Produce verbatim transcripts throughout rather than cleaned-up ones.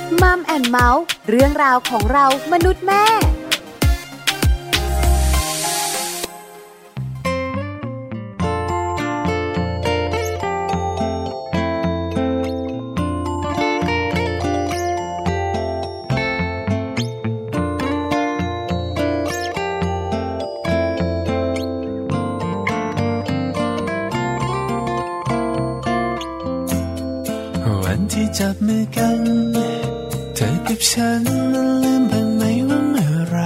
มัมแอนด์เมาส์เรื่องราวของเรามนุษย์แม่วันที่จับมือกันเธอกับฉันนั้นลืมบ้างไหมว่าเมื่อไร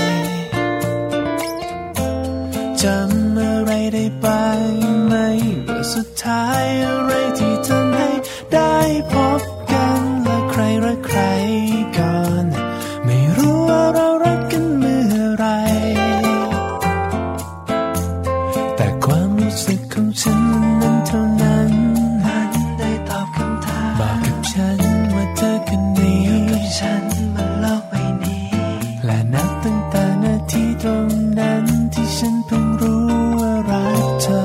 จำอะไรได้บ้างไหมว่าสุดท้ายอะไรที่ทำให้ได้พบกันและใครรักใครก่อนไม่รู้ว่าเรารักกันเมื่อไรแต่ความรู้สึกของฉันนั้นเท่านั้นนั้นได้ตอบคำถามบอกกับฉันว่าเธอคนนี้กับฉันบนโลกใบนี้และนับตั้งแต่นาทีตรงนั้นที่ฉันเพิ่งรู้ว่ารักเธอ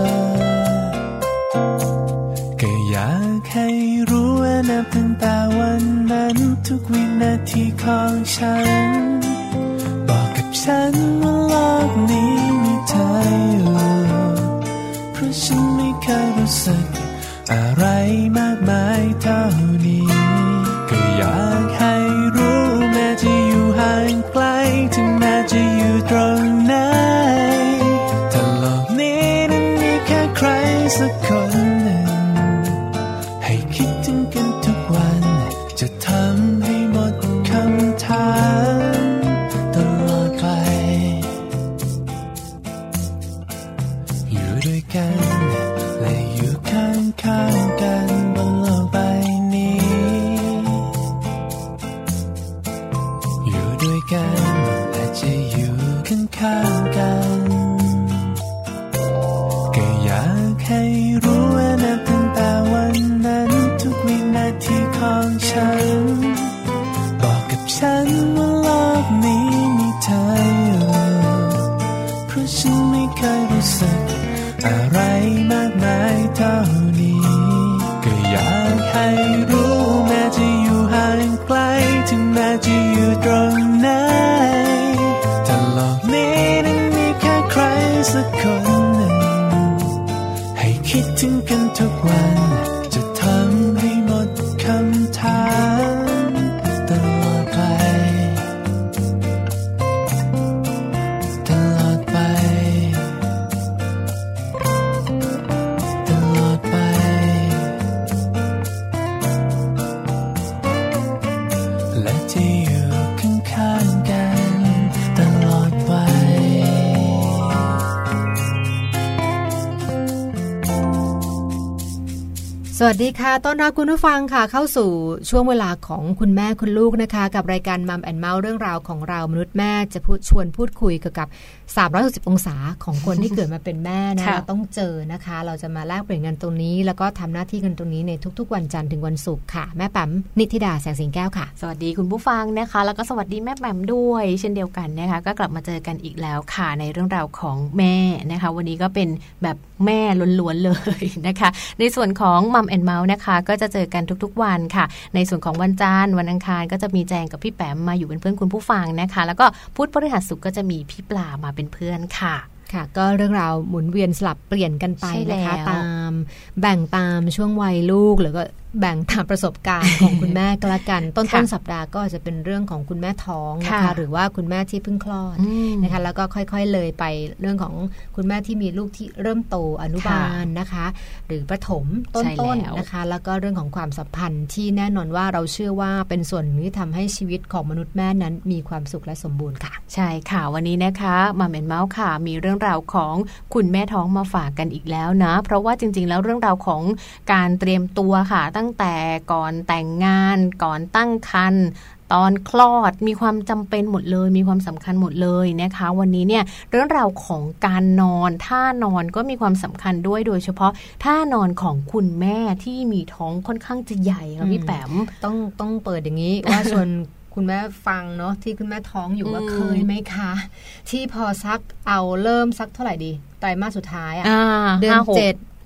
ก็อยากให้รู้ว่านับตั้งแต่วันนั้นทุกวินาทีของฉันบอกกับฉันว่าโลกนี้มีเธออยู่เพราะฉันไม่เคยรู้สึกอะไรมากมายเท่านี้ก็อยากให้รู้แม้จะอยู่ห่างไกลถึงแม้จะอยู่ตรงไหนถ้าโลกนี้นั้นมีแค่ใครสักคนหนึ่งให้คิดถึงกันทุกวันจะทำให้หมดคำถามตลอดไปอยู่ด้วยกันและอยู่ข้างข้างกันบนโลกใบนี้อยู่ด้วยกันและจะอยู่ข้างข้างกันก็อยากให้รู้ว่านับตั้งแต่วันนั้นทุกวินาทีของฉันบอกกับฉันว่าโลกนี้มีเธออยู่เพราะฉันไม่เคยรู้สึกอะไรมากมายเท่านี้ก็อยากให้รู้แม้จะอยู่ห่างไกลถึงแม้จะอยู่ตรงไหนถ้าโลกนี้นั้นมีแค่ใครสักคนหนึ่งให้คิดถึงกันทุกวันจะทำให้หมดคำถามตลอดไปตลอดไปตลอดไปและจะอยู่ข้างๆกันตลอดไปสวัสดีค่ะต้อนรับคุณผู้ฟังค่ะเข้าสู่ช่วงเวลาของคุณแม่คุณลูกนะคะกับรายการมัมแอนด์เมาส์เรื่องราวของเรามนุษย์แม่จะพูดชวนพูดคุยเกี่ยวกับสามร้อยหกสิบองศาของคนที่เกิดมาเป็นแม่นะเราต้องเจอนะคะเราจะมาแลกเปลี่ยนกันตรงนี้แล้วก็ทำหน้าที่กันตรงนี้ในทุกๆวันจันทร์ถึงวันศุกร์ค่ะแม่แปมนิธิดาแสงสิงแก้วค่ะสวัสดีคุณผู้ฟังนะคะแล้วก็สวัสดีแม่แปมด้วยเช่นเดียวกันนะคะก็กลับมาเจอกันอีกแล้วค่ะในเรื่องราวของแม่นะคะวันนี้ก็เป็นแบบแม่ล้วนๆเลยนะคะในส่วนของมัมแอนด์เมาส์นะคะก็จะเจอกันทุกๆวันค่ะในส่วนของวันจันทร์วันอังคารก็จะมีแจงกับพี่แปมมาอยู่เป็นเพื่อนคุณผู้ฟังนะคะแล้วก็พุธพฤหัสศุกร์ก็จะมีพี่ปลามาเป็นเพื่อนค่ะค่ะก็เรื่องราวหมุนเวียนสลับเปลี่ยนกันไปนะคะตามแบ่งตามช่วงวัยลูกหรือก็แบ่งตามประสบการณ์ของคุณแม่ก็แล้วกันต้นต้นสัปดาห์ก็จะเป็นเรื่องของคุณแม่ท้องนะคะหรือว่าคุณแม่ที่เพิ่งคลอดนะคะแล้วก็ค่อยๆเลยไปเรื่องของคุณแม่ที่มีลูกที่เริ่มโตอนุบาลนะคะหรือประถมต้นๆนะคะแล้วก็เรื่องของความสัมพันธ์ที่แน่นอนว่าเราเชื่อว่าเป็นส่วนที่ทำให้ชีวิตของมนุษย์แม่นั้นมีความสุขและสมบูรณ์ค่ะใช่ค่ะวันนี้นะคะมัมแอนด์เมาส์ค่ะมีเรื่องราวของคุณแม่ท้องมาฝากกันอีกแล้วนะเพราะว่าจริงๆแล้วเรื่องราวของการเตรียมตัวค่ะตั้งแต่ก่อนแต่งงานก่อนตั้งครรภ์ตอนคลอดมีความจำเป็นหมดเลยมีความสำคัญหมดเลยนะคะวันนี้เนี่ยเรื่องราวของการนอนท่านอนก็มีความสำคัญด้วยโดยเฉพาะท่านอนของคุณแม่ที่มีท้องค่อนข้างจะใหญ่ค่ะพี่แปมต้องต้องเปิดอย่างนี้ว่าส่วนคุณแม่ฟังเนาะที่คุณแม่ท้องอยู่ว่าเคยไหมคะที่พอซักเอาเริ่มซักเท่าไหร่ดีไตรมาสสุดท้ายอ่ะเดือนเจ็ด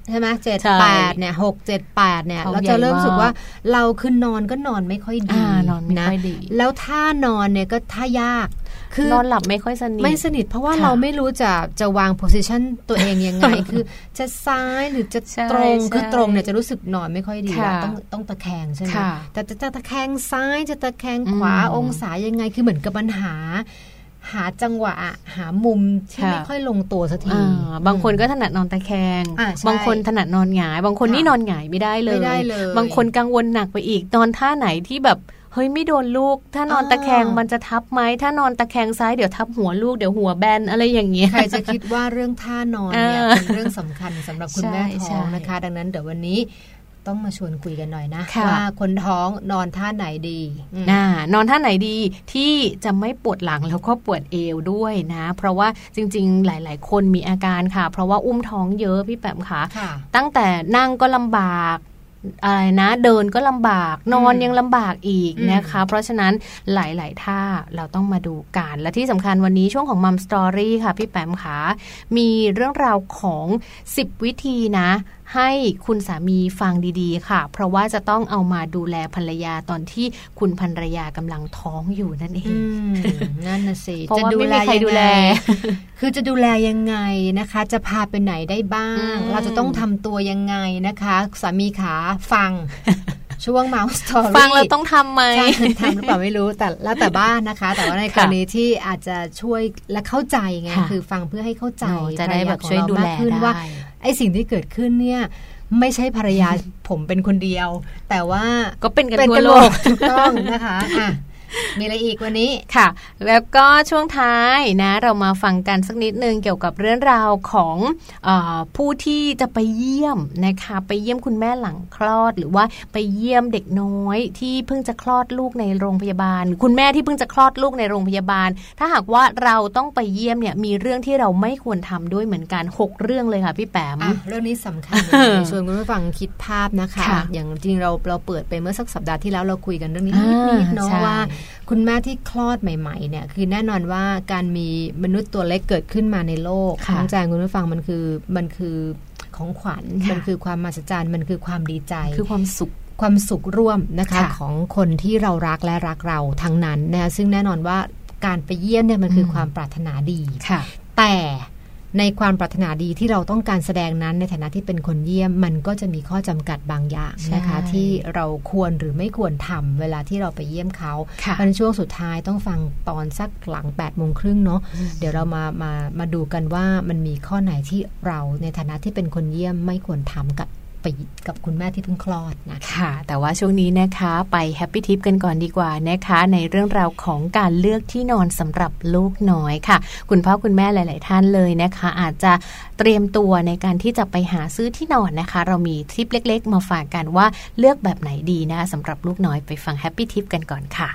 ใช่ไหมเจ็ดแปดเนี่ยหกเจ็ดแปดเนี่ยเราจะเริ่มรู้สึกว่าเราคือนอนก็นอนไม่ค่อยดีนะแล้วท่านอนเนี่ยก็ท่ายากคือนอนหลับไม่ค่อยสนิทไม่สนิทเพราะว่าเราไม่รู้จะจะวางโพสิชันตัวเองยังไง คือจะซ้ายหรือจะตรงคือตรงเนี่ยจะรู้สึกนอนไม่ค่อยดีต้องต้องตะแคงใช่ไหมแต่จะตะแคงซ้ายจะตะแคงขวาองศายังไงคือเหมือนกับปัญหาหาจังหวะหามุมที่ไม่ค่อยลงตัวสักทีบางคนก็ถนัดนอนตะแคงบางคนถนัดนอนหงายบางคนนี่นอนหงายไม่ได้เลยบางคนกังวลหนักไปอีกนอนท่าไหนที่แบบเฮ้ยไม่โดนลูกถ้านอนตะแคงมันจะทับไหมถ้านอนตะแคงซ้ายเดี๋ยวทับหัวลูกเดี๋ยวหัวแบนอะไรอย่างเงี้ยใครจะคิดว่าเรื่องท่านอนเนี่ยเป็นเรื่องสำคัญสำหรับคุณแม่ท้องนะคะดังนั้นเดี๋ยววันนี้ต้องมาชวนคุยกันหน่อยนะว่าคนท้องนอนท่าไหนดีน่านอนท่าไหนดีที่จะไม่ปวดหลังแล้วก็ปวดเอวด้วยนะเพราะว่าจริงๆหลายๆคนมีอาการค่ะเพราะว่าอุ้มท้องเยอะพี่แปมค่ะตั้งแต่นั่งก็ลำบากอะไรนะเดินก็ลำบากนอนยังลำบากอีกนะคะเพราะฉะนั้นหลายๆท่าเราต้องมาดูกันและที่สำคัญวันนี้ช่วงของมัมสตอรี่ค่ะพี่แปมค่ะมีเรื่องราวของสิบวิธีนะให้คุณสามีฟังดีๆค่ะเพราะว่าจะต้องเอามาดูแลภรรยาตอนที่คุณภรรยากำลังท้องอยู่นั่นเองนั่นน่ะสิจะดูแลใครดูแลคือจะดูแลยังไงนะคะจะพาไปไหนได้บ้างเราจะต้องทำตัวยังไงนะคะสามีขาฟังช่วง Mouse Story ฟังเราต้องทำไหมทำหรือเปล่าไม่รู้แต่แล้วแต่บ้านนะคะแต่ว่าในกรณีที่อาจจะช่วยและเข้าใจไงคือฟังเพื่อให้เข้าใจจะได้แบบช่วยดูแลได้ว่าไอ้สิ่งที่เกิดขึ้นเนี่ยไม่ใช่ภรรยาผมเป็นคนเดียวแต่ว่าก็เป็นกันทั่วโลกถูกต้องนะคะอ่ะมีอะไรอีกวันนี้ค่ะแล้วก็ช่วงท้ายนะเรามาฟังกันสักนิดนึงเกี่ยวกับเรื่องราวของเอ่อผู้ที่จะไปเยี่ยมนะคะไปเยี่ยมคุณแม่หลังคลอดหรือว่าไปเยี่ยมเด็กน้อยที่เพิ่งจะคลอดลูกในโรงพยาบาลคุณแม่ที่เพิ่งจะคลอดลูกในโรงพยาบาลถ้าหากว่าเราต้องไปเยี่ยมเนี่ยมีเรื่องที่เราไม่ควรทำด้วยเหมือนกันหกเรื่องเลยค่ะพี่แปมเรื่องนี้สำคัญชวนคุณผู้ฟังคิดภาพนะคะอย่างจริงเราเราเปิดไปเมื่อสักสัปดาห์ที่แล้วเราคุยกันเรื่องนี้นิดๆเนาะว่าคุณแม่ที่คลอดใหม่ๆเนี่ยคือแน่นอนว่าการมีมนุษย์ตัวเล็กเกิดขึ้นมาในโลกน้องแจงคุณผู้ฟังมันคือมันคือของขวัญมันคือความมหัศจรรย์มันคือความดีใจคือความสุขความสุขร่วมนะคะของคนที่เรารักและรักเราทั้งนั้นนะซึ่งแน่นอนว่าการไปเยี่ยมเนี่ยมันคือความปรารถนาดีแต่ในความปรารถนาดีที่เราต้องการแสดงนั้นในฐานะที่เป็นคนเยี่ยมมันก็จะมีข้อจำกัดบางอย่างนะคะที่เราควรหรือไม่ควรทำเวลาที่เราไปเยี่ยมเขาเป็นช่วงสุดท้ายต้องฟังตอนสักหลังแปดโมงครึ่งเนาะเดี๋ยวเรามามามาดูกันว่ามันมีข้อไหนที่เราในฐานะที่เป็นคนเยี่ยมไม่ควรทำกับไปกับคุณแม่ที่เพิ่งคลอดนะคะแต่ว่าช่วงนี้นะคะไปแฮปปี้ทิปกันก่อนดีกว่านะคะในเรื่องราวของการเลือกที่นอนสำหรับลูกน้อยค่ะคุณพ่อคุณแม่หลายๆท่านเลยนะคะอาจจะเตรียมตัวในการที่จะไปหาซื้อที่นอนนะคะเรามีทิปเล็กๆมาฝากกันว่าเลือกแบบไหนดีนะสำหรับลูกน้อยไปฟังแฮปปี้ทิปกันก่อนค่ะ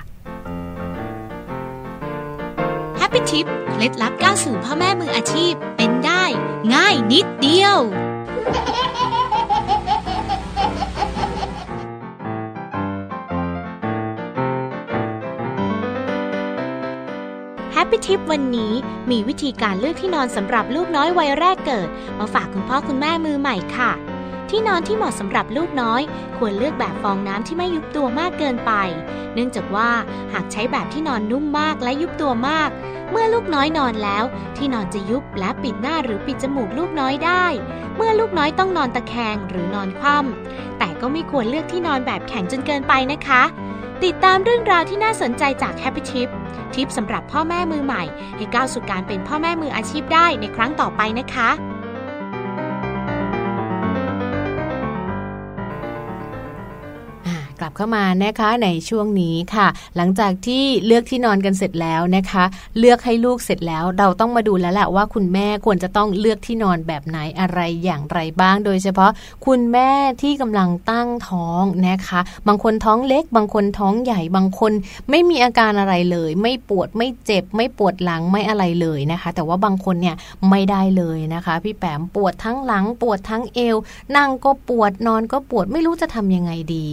แฮปปี้ทิปเคล็ดลับก้าวสู่พ่อแม่มืออาชีพเป็นได้ง่ายนิดเดียวHappy Tip วันนี้มีวิธีการเลือกที่นอนสำหรับลูกน้อยวัยแรกเกิดมาฝากคุณพ่อคุณแม่มือใหม่ค่ะที่นอนที่เหมาะสำหรับลูกน้อยควรเลือกแบบฟองน้ำที่ไม่ยุบตัวมากเกินไปเนื่องจากว่าหากใช้แบบที่นอนนุ่มมากและยุบตัวมากเมื่อลูกน้อยนอนแล้วที่นอนจะยุบและปิดหน้าหรือปิดจมูกลูกน้อยได้เมื่อลูกน้อยต้องนอนตะแคงหรือนอนคว่ำแต่ก็ไม่ควรเลือกที่นอนแบบแข็งจนเกินไปนะคะติดตามเรื่องราวที่น่าสนใจจาก Happy Tip ทิปสำหรับพ่อแม่มือใหม่ให้ก้าวสู่การเป็นพ่อแม่มืออาชีพได้ในครั้งต่อไปนะคะกลับเข้ามานะคะในช่วงนี้ค่ะหลังจากที่เลือกที่นอนกันเสร็จแล้วนะคะเลือกให้ลูกเสร็จแล้วเราต้องมาดูแล้วแหละว่าคุณแม่ควรจะต้องเลือกที่นอนแบบไหนอะไรอย่างไรบ้างโดยเฉพาะคุณแม่ที่กำลังตั้งท้องนะคะบางคนท้องเล็กบางคนท้องใหญ่บางคนไม่มีอาการอะไรเลยไม่ปวดไม่เจ็บไม่ปวดหลังไม่อะไรเลยนะคะแต่ว่าบางคนเนี่ยไม่ได้เลยนะคะพี่แปมปวดทั้งหลังปวดทั้งเอวนั่งก็ปวดนอนก็ปวดไม่รู้จะทำยังไงดี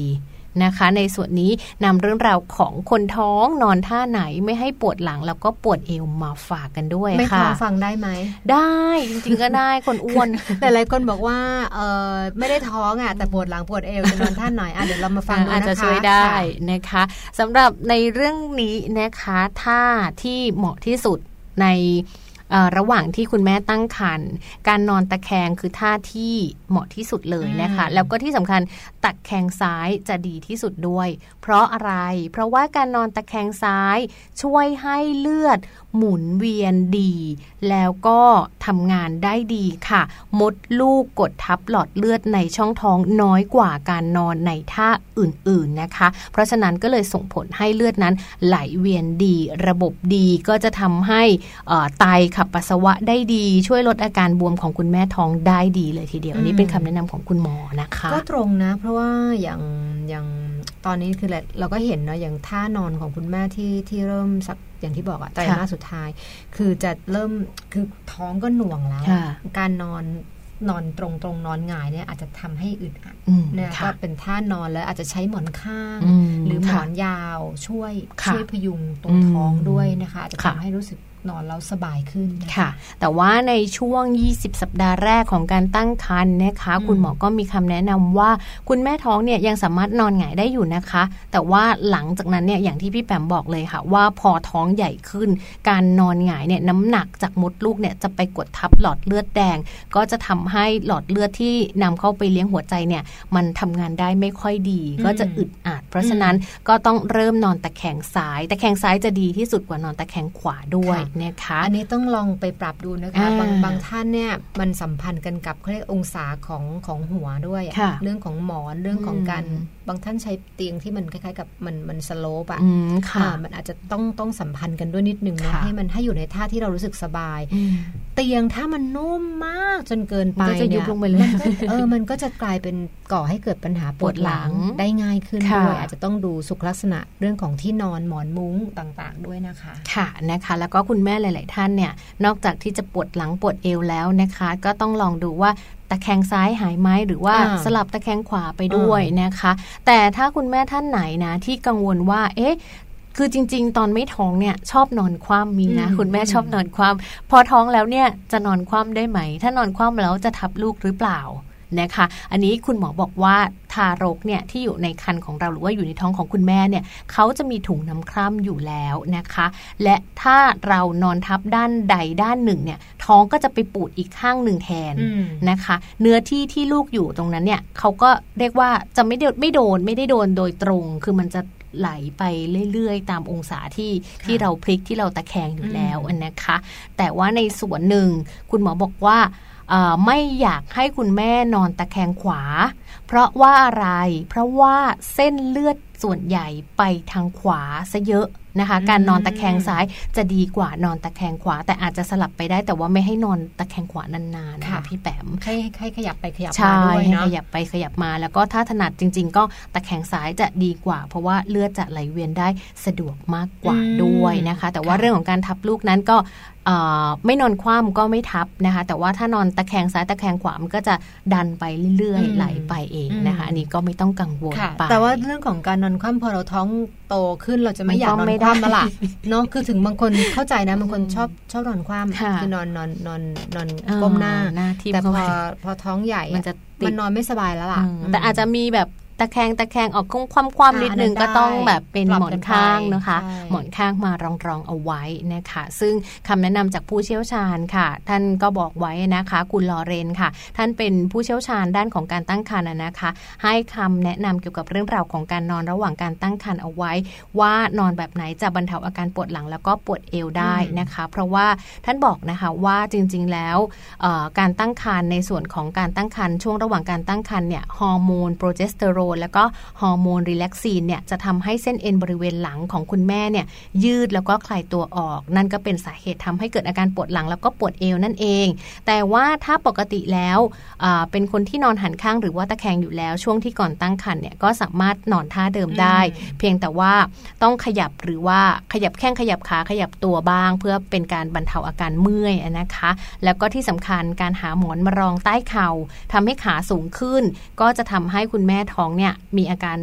นะคะในส่วนนี้นำเรื่องราวของคนท้องนอนท่าไหนไม่ให้ปวดหลังแล้วก็ปวดเอวมาฝากกันด้วยค่ะไม่ท้องฟังได้ไหมได้จริงๆก็ได้คนอ้วนแต่หลายคนบอกว่าเออไม่ได้ท้องอ่ะแต่ปวดหลังปวดเอวจะนอนท่าไหนอ่ะเดี๋ยวเรามาฟังดูนะคะอาจจะช่วยได้นะคะสำหรับในเรื่องนี้นะคะท่าที่เหมาะที่สุดในระหว่างที่คุณแม่ตั้งครรภ์การนอนตะแคงคือท่าที่เหมาะที่สุดเลยนะคะแล้วก็ที่สำคัญตะแคงซ้ายจะดีที่สุดด้วยเพราะอะไรเพราะว่าการนอนตะแคงซ้ายช่วยให้เลือดหมุนเวียนดีแล้วก็ทำงานได้ดีค่ะมดลูกกดทับหลอดเลือดในช่องท้องน้อยกว่าการนอนในท่าอื่นๆนะคะเพราะฉะนั้นก็เลยส่งผลให้เลือดนั้นไหลเวียนดีระบบดีก็จะทำให้ไตขับปัสสาวะได้ดีช่วยลดอาการบวมของคุณแม่ท้องได้ดีเลยทีเดียวนี่เป็นคำแนะนำของคุณหมอนะคะก็ตรงนะเพราะว่าอย่างอย่างตอนนี้คือเราก็เห็นเนาะอย่างท่านอนของคุณแม่ที่ที่เริ่มสักอย่างที่บอกอะไตรมาสสุดท้ายคือจะเริ่มคือท้องก็หน่วงแล้วการนอนนอนตรงตรงนอนหงายเนี่ยอาจจะทำให้อึดอัดเนี่ยก็เป็นท่านอนแล้วอาจจะใช้หมอนข้างหรือหมอนยาวช่วยช่วยพยุงตรงท้องด้วยนะคะอาจจะทำให้รู้สึกนอนแล้วสบายขึ้นค่ะแต่ว่าในช่วงยี่สิบสัปดาห์แรกของการตั้งครรภ์นะคะคุณหมอก็มีคำแนะนำว่าคุณแม่ท้องเนี่ยยังสามารถนอนหงายได้อยู่นะคะแต่ว่าหลังจากนั้นเนี่ยอย่างที่พี่แปมบอกเลยค่ะว่าพอท้องใหญ่ขึ้นการนอนหงายเนี่ยน้ำหนักจากมดลูกเนี่ยจะไปกดทับหลอดเลือดแดงก็จะทำให้หลอดเลือดที่นำเข้าไปเลี้ยงหัวใจเนี่ยมันทำงานได้ไม่ค่อยดีก็จะอึดอัดเพราะฉะนั้นก็ต้องเริ่มนอนตะแคงซ้ายตะแคงซ้ายจะดีที่สุดกว่านอนตะแคงขวาด้วยนะคะอันนี้ต้องลองไปปรับดูนะคะบางบางท่านเนี่ยมันสัมพันธ์กันกับเขาเรียกองศาของของหัวด้วยเรื่องของหมอนเรื่องของการบางท่านใช้เตียงที่มันคล้ายๆกับมันมันสโลปอ่ะมันอาจจะต้องต้องสัมพันธ์กันด้วยนิดนึงนะให้มันให้อยู่ในท่าที่เรารู้สึกสบายเตียงถ้ามันนุ่มมากจนเกินไปจะยุบลงไปเลยเออมันก็จะกลายเป็นก่อให้เกิดปัญหาปวดหลังได้ง่ายขึ้นด้วยอาจจะต้องดูสุขลักษณะเรื่องของที่นอนหมอนมุ้งต่างๆด้วยนะคะค่ะนะคะแล้วก็คุณแม่หลายๆท่านเนี่ยนอกจากที่จะปวดหลังปวดเอวแล้วนะคะก็ต้องลองดูว่าตะแคงซ้ายหายไหมหรือว่าสลับตะแคงขวาไปด้วยนะคะแต่ถ้าคุณแม่ท่านไหนนะที่กังวลว่าเอ๊ะคือจริงๆตอนไม่ท้องเนี่ยชอบนอนคว่ำมีนะคุณแม่ชอบนอนคว่ำพอท้องแล้วเนี่ยจะนอนคว่ำได้ไหมถ้านอนคว่ำแล้วจะทับลูกหรือเปล่านะคะอันนี้คุณหมอบอกว่าทารกเนี่ยที่อยู่ในครรภ์ของเราหรือว่าอยู่ในท้องของคุณแม่เนี่ยเขาจะมีถุงน้ำคร่ำอยู่แล้วนะคะและถ้าเรานอนทับด้านใดด้านหนึ่งเนี่ยท้องก็จะไปปูดอีกข้างหนึ่งแทนนะคะเนื้อที่ที่ลูกอยู่ตรงนั้นเนี่ยเขาก็เรียกว่าจะไม่ได้ไม่โดนไม่ได้โดนโดยตรงคือมันจะไหลไปเรื่อยๆตามองศาที่ที่เราพลิกที่เราตะแคงอยู่แล้วนะคะแต่ว่าในส่วนหนึ่งคุณหมอบอกว่าไม่อยากให้คุณแม่นอนตะแคงขวาเพราะว่าอะไรเพราะว่าเส้นเลือดส่วนใหญ่ไปทางขวาซะเยอะนะคะการนอนตะแคงซ้ายจะดีกว่านอนตะแคงขวาแต่อาจจะสลับไปได้แต่ว่าไม่ให้นอนตะแคงขวานานๆนะคะพี่แปมให้ให้ขยับไปขยับมาด้วยเนาะขยับไปขยับมาแล้วก็ถ้าถนัดจริงๆก็ตะแคงซ้ายจะดีกว่าเพราะว่าเลือดจะไหลเวียนได้สะดวกมากกว่าด้วยนะคะแต่ว่าเรื่องของการทับลูกนั้นก็ไม่นอนคว่ำก็ไม่ทับนะคะแต่ว่าถ้านอนตะแคงซ้ายตะแคงขวามันก็จะดันไปเรื่อยๆไหลไปเองนะคะอันนี้ก็ไม่ต้องกังวลไปแต่ว่าเรื่องของการนอนคว่ำพอเราท้องโตขึ้นเราจะไม่อยากนอนคว่ำแล้วล่ะเนาะคือถึงบางคนเข้าใจนะบางคนชอบชอบนอนคว่ำคือนอนนอนนอนนอนก้มหน้าแต่พอพอท้องใหญ่มันจะมันนอนไม่สบายแล้วล่ะแต่อาจจะมีแบบตะแคงตะแคงออกคว่ำคว่ำนิดนึงก็ต้องแบบเป็นหมอนข้างนะคะหมอนข้างมารองรองเอาไว้นะคะซึ่งคำแนะนำจากผู้เชี่ยวชาญค่ะท่านก็บอกไว้นะคะคุณลอเรนค่ะท่านเป็นผู้เชี่ยวชาญด้านของการตั้งครรภ์นะคะให้คำแนะนำเกี่ยวกับเรื่องราวของการนอนระหว่างการตั้งครรภ์เอาไว้ว่านอนแบบไหนจะบรรเทาอาการปวดหลังแล้วก็ปวดเอวได้นะคะเพราะว่าท่านบอกนะคะว่าจริงๆแล้วการตั้งครรภ์ในส่วนของการตั้งครรภ์ช่วงระหว่างการตั้งครรภ์เนี่ยฮอร์โมนโปรเจสเตอโรนแล้วก็ฮอร์โมนรีแลกซีนเนี่ยจะทำให้เส้นเอ็นบริเวณหลังของคุณแม่เนี่ยยืดแล้วก็คลายตัวออกนั่นก็เป็นสาเหตุทำให้เกิดอาการปวดหลังแล้วก็ปวดเอวนั่นเองแต่ว่าถ้าปกติแล้วเป็นคนที่นอนหันข้างหรือว่าตะแคงอยู่แล้วช่วงที่ก่อนตั้งครรภ์เนี่ยก็สามารถนอนท่าเดิมได้เพียงแต่ว่าต้องขยับหรือว่าขยับแข้งขยับขาขยับตัวบ้างเพื่อเป็นการบรรเทาอาการเมื่อยนะคะแล้วก็ที่สำคัญการหาหมอนมารองใต้เข่าทำให้ขาสูงขึ้นก็จะทำให้คุณแม่ท้องเนี่ยมีอาการ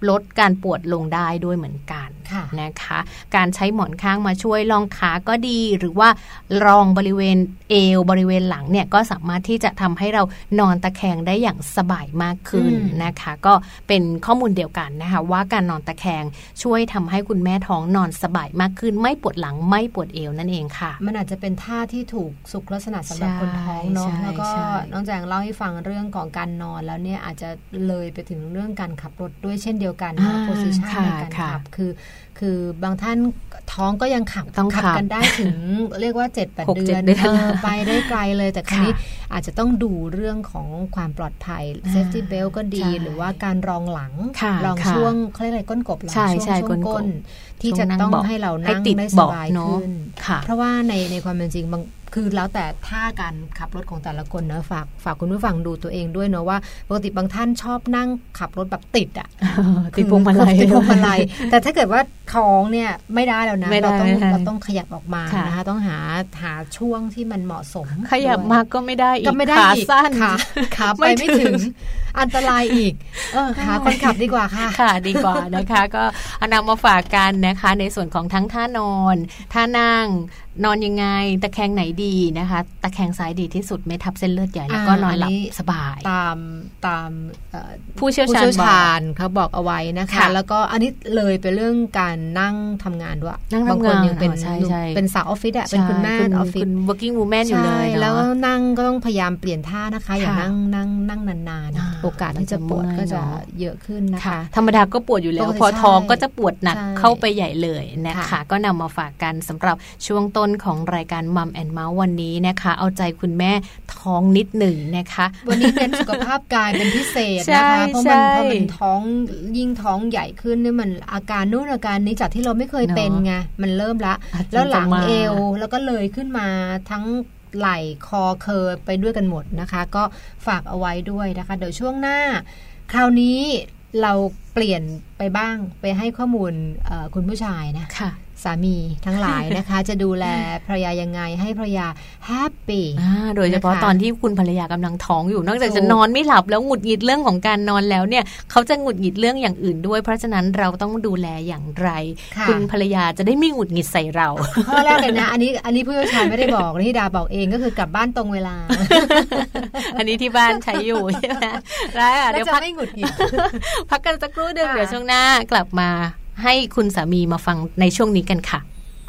ลดการปวดลงได้ด้วยเหมือนกันนะคะการใช้หมอนข้างมาช่วยรองขาก็ดีหรือว่ารองบริเวณเอวบริเวณหลังเนี่ยก็สามารถที่จะทำให้เรานอนตะแคงได้อย่างสบายมากขึ้นนะคะก็เป็นข้อมูลเดียวกันนะคะว่าการนอนตะแคงช่วยทำให้คุณแม่ท้องนอนสบายมากขึ้นไม่ปวดหลังไม่ปวดเอวนั่นเองค่ะมันอาจจะเป็นท่าที่ถูกสุขลักษณะสำหรับคนท้องเนาะแล้วก็น้องแจงเล่าให้ฟังเรื่องของการนอนแล้วเนี่ยอาจจะเลยไปถึงเรื่องการขับรถด้วยเช่นเดียวกันนะโพสิชันในการขับคือคือบางท่านท้องก็ยังขับขับกันได้ถึงเรียกว่า เจ็ดแปด เดือนเออไปได้ไกลเลยแต่ครั้นี้อาจจะต้องดูเรื่องของความปลอดภัย safety belt ก็ดีหรือว่าการรองหลังรองช่วงเขาเรียกอะไรก้นกบหลังช่วงช่วงก้นที่จะต้องให้เรานั่งได้สบายขึ้นเพราะว่าในในความเป็นจริงบางคือแล้วแต่ท่าการขับรถของแต่ละคนนะฝากฝากคุณผู้ฟังดูตัวเองด้วยเนาะว่าปกติบางท่านชอบนั่งขับรถแบบติดอ่ะติดพวงมาลัยติดพวงมาลัยแต่ถ้าเกิดว่าท้องเนี่ยไม่ได้แล้วนะเราต้องเราต้องขยับออกมานะคะต้องหาหาช่วงที่มันเหมาะสมขยับมากก็ไม่ได้อีกขาสั้นขาขาไปไม่ถึงอันตรายอีกเออหาคนขับดีกว่าค่ะค่ะดีกว่านะคะก็เอานำมาฝากกันนะคะในส่วนของทั้งท่านอนท่านั่งนอนยังไงตะแคงไหนดีนะคะตะแคงซ้ายดีที่สุดไม่ทับเส้นเลือดใหญ่แล้วก็นอนหลับสบายตามตามผู้เชี่ยวชาญเขาบอกเอาไว้นะคะแล้วก็อันนี้เลยไปเรื่องการนั่งทำงานด้วยบางคนยังเป็นเป็นสาวออฟฟิศอะเป็นคุณแม่ออฟฟิศ working woman อยู่เลยแล้วนั่งก็ต้องพยายามเปลี่ยนท่านะคะอย่านั่งนั่งนั่งนานๆโอกาสที่จะปวดก็จะเยอะขึ้นนะคะธรรมดาก็ปวดอยู่แล้วพอท้องก็จะปวดหนักเข้าไปใหญ่เลยนะคะก็นำมาฝากกันสำหรับช่วงต้นของรายการมัมแอนด์เมาส์วันนี้นะคะเอาใจคุณแม่ท้องนิดหนึ่งนะคะวันนี้เป็นสุขภาพกายเป็นพิเศษนะคะเพราะมันเพราะมันท้องยิ่งท้องใหญ่ขึ้นนี่มันอาการนู่นอาการนี้จากที่เราไม่เคยเป็นไงมันเริ่มละแล้วหลังเอวแล้วก็เลยขึ้นมาทั้งไหล่คอเคอไปด้วยกันหมดนะคะก็ฝากเอาไว้ด้วยนะคะเดี๋ยวช่วงหน้าคราวนี้เราเปลี่ยนไปบ้างไปให้ข้อมูลคุณผู้ชายนะสามีทั้งหลายนะคะจะดูแลภรรยายังไงให้ภรรยาแฮปปี้โดยเฉพาะตอนที่คุณภรรยากำลังท้องอยู่นอกจากจะนอนไม่หลับแล้วหงุดหงิดเรื่องของการนอนแล้วเนี่ยเขาจะหงุดหงิดเรื่องอย่างอื่นด้วยเพราะฉะนั้นเราต้องดูแลอย่างไรคุณภรรยาจะได้ไม่หงุดหงิดใส่เราข้อแรกเลยนะอันนี้อันนี้ผู้เชี่ยวชาญไม่ได้บอกนี่ดาบอกเองก็คือกลับบ้านตรงเวลาอันนี้ที่บ้านใช้อยู่ใช่ไหมแล้วเดี๋ยวพักไม่หงุดหงิดพักกันสักครู่เดียวเดี๋ยวช่วงหน้ากลับมาให้คุณสามีมาฟังในช่วงนี้กันค่ะ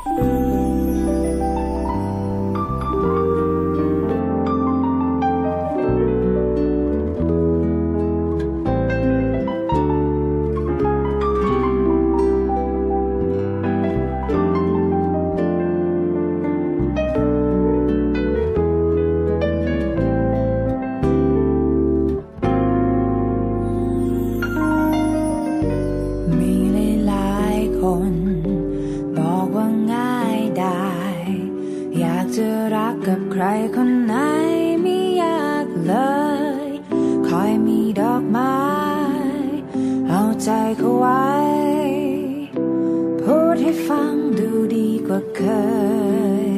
กับใครคนไหนไม่อยากเลยคอยมีดอกไม้เอาใจเขาไว้พูดให้ฟังดูดีกว่าเคย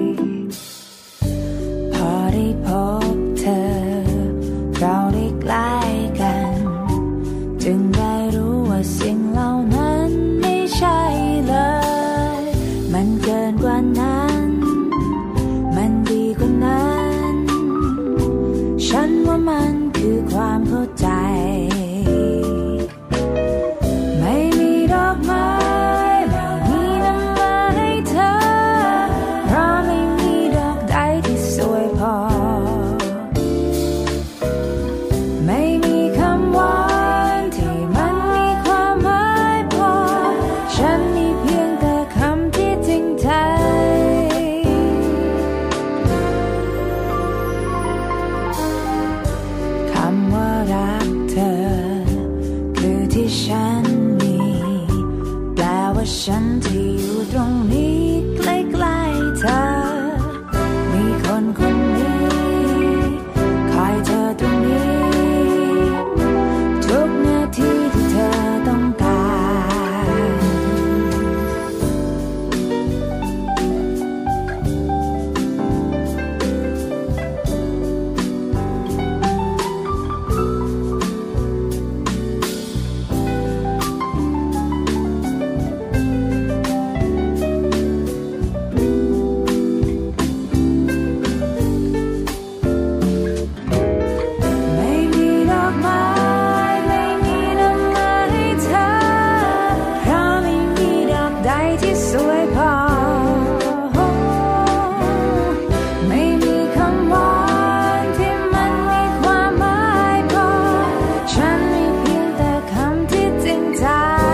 พอได้พบเธอเราได้ใกล้กันจึงได้รู้ว่าสิ่งเหล่านั้นไม่ใช่เลยมันเกินกว่านั้นฉันว่ามันคือความเข้าใจไม่มีดอกไม้ไม่มีน้ำมาให้เธอเพราะไม่มีดอกใดที่สวยพอไม่มีคำหวานที่มันมีความหมายพอฉันมีเพียงแต่คำที่จริงใจฉันมีแปลว่าฉันที่อยู่ตรงนี้ใกล้ๆเธอมีคนคนนี้คอยเธอตรงนี้ทุกนาทีที่เธอต้องการที่สวยพอไม่มีคำหวานที่มันมีความหมายพอฉันมีเพียงแต่คำที่จริงใจ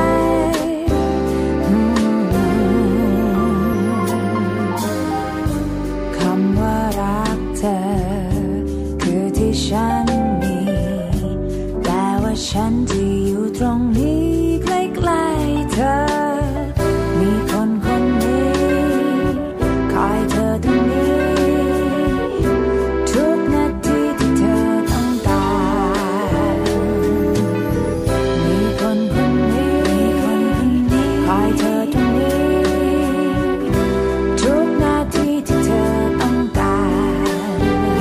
คำว่ารักเธอคือที่ฉันมีแปลว่าฉันที่อยู่ตรงนี้ใกล้ๆเธอมีคนคนนี้คอยเธอตรงนี้ทุกนาทีที่เธอต้องการมีคนคนนี้คอยเธอตรงนี้ทุกนาทีที่เธอต้องการ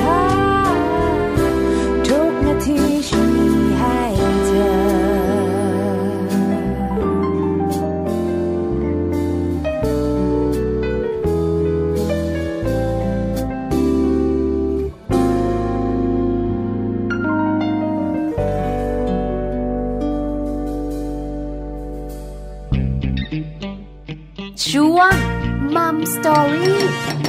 ทุกนาทีฉันมีให้เธอช่วงมัมสตอรี่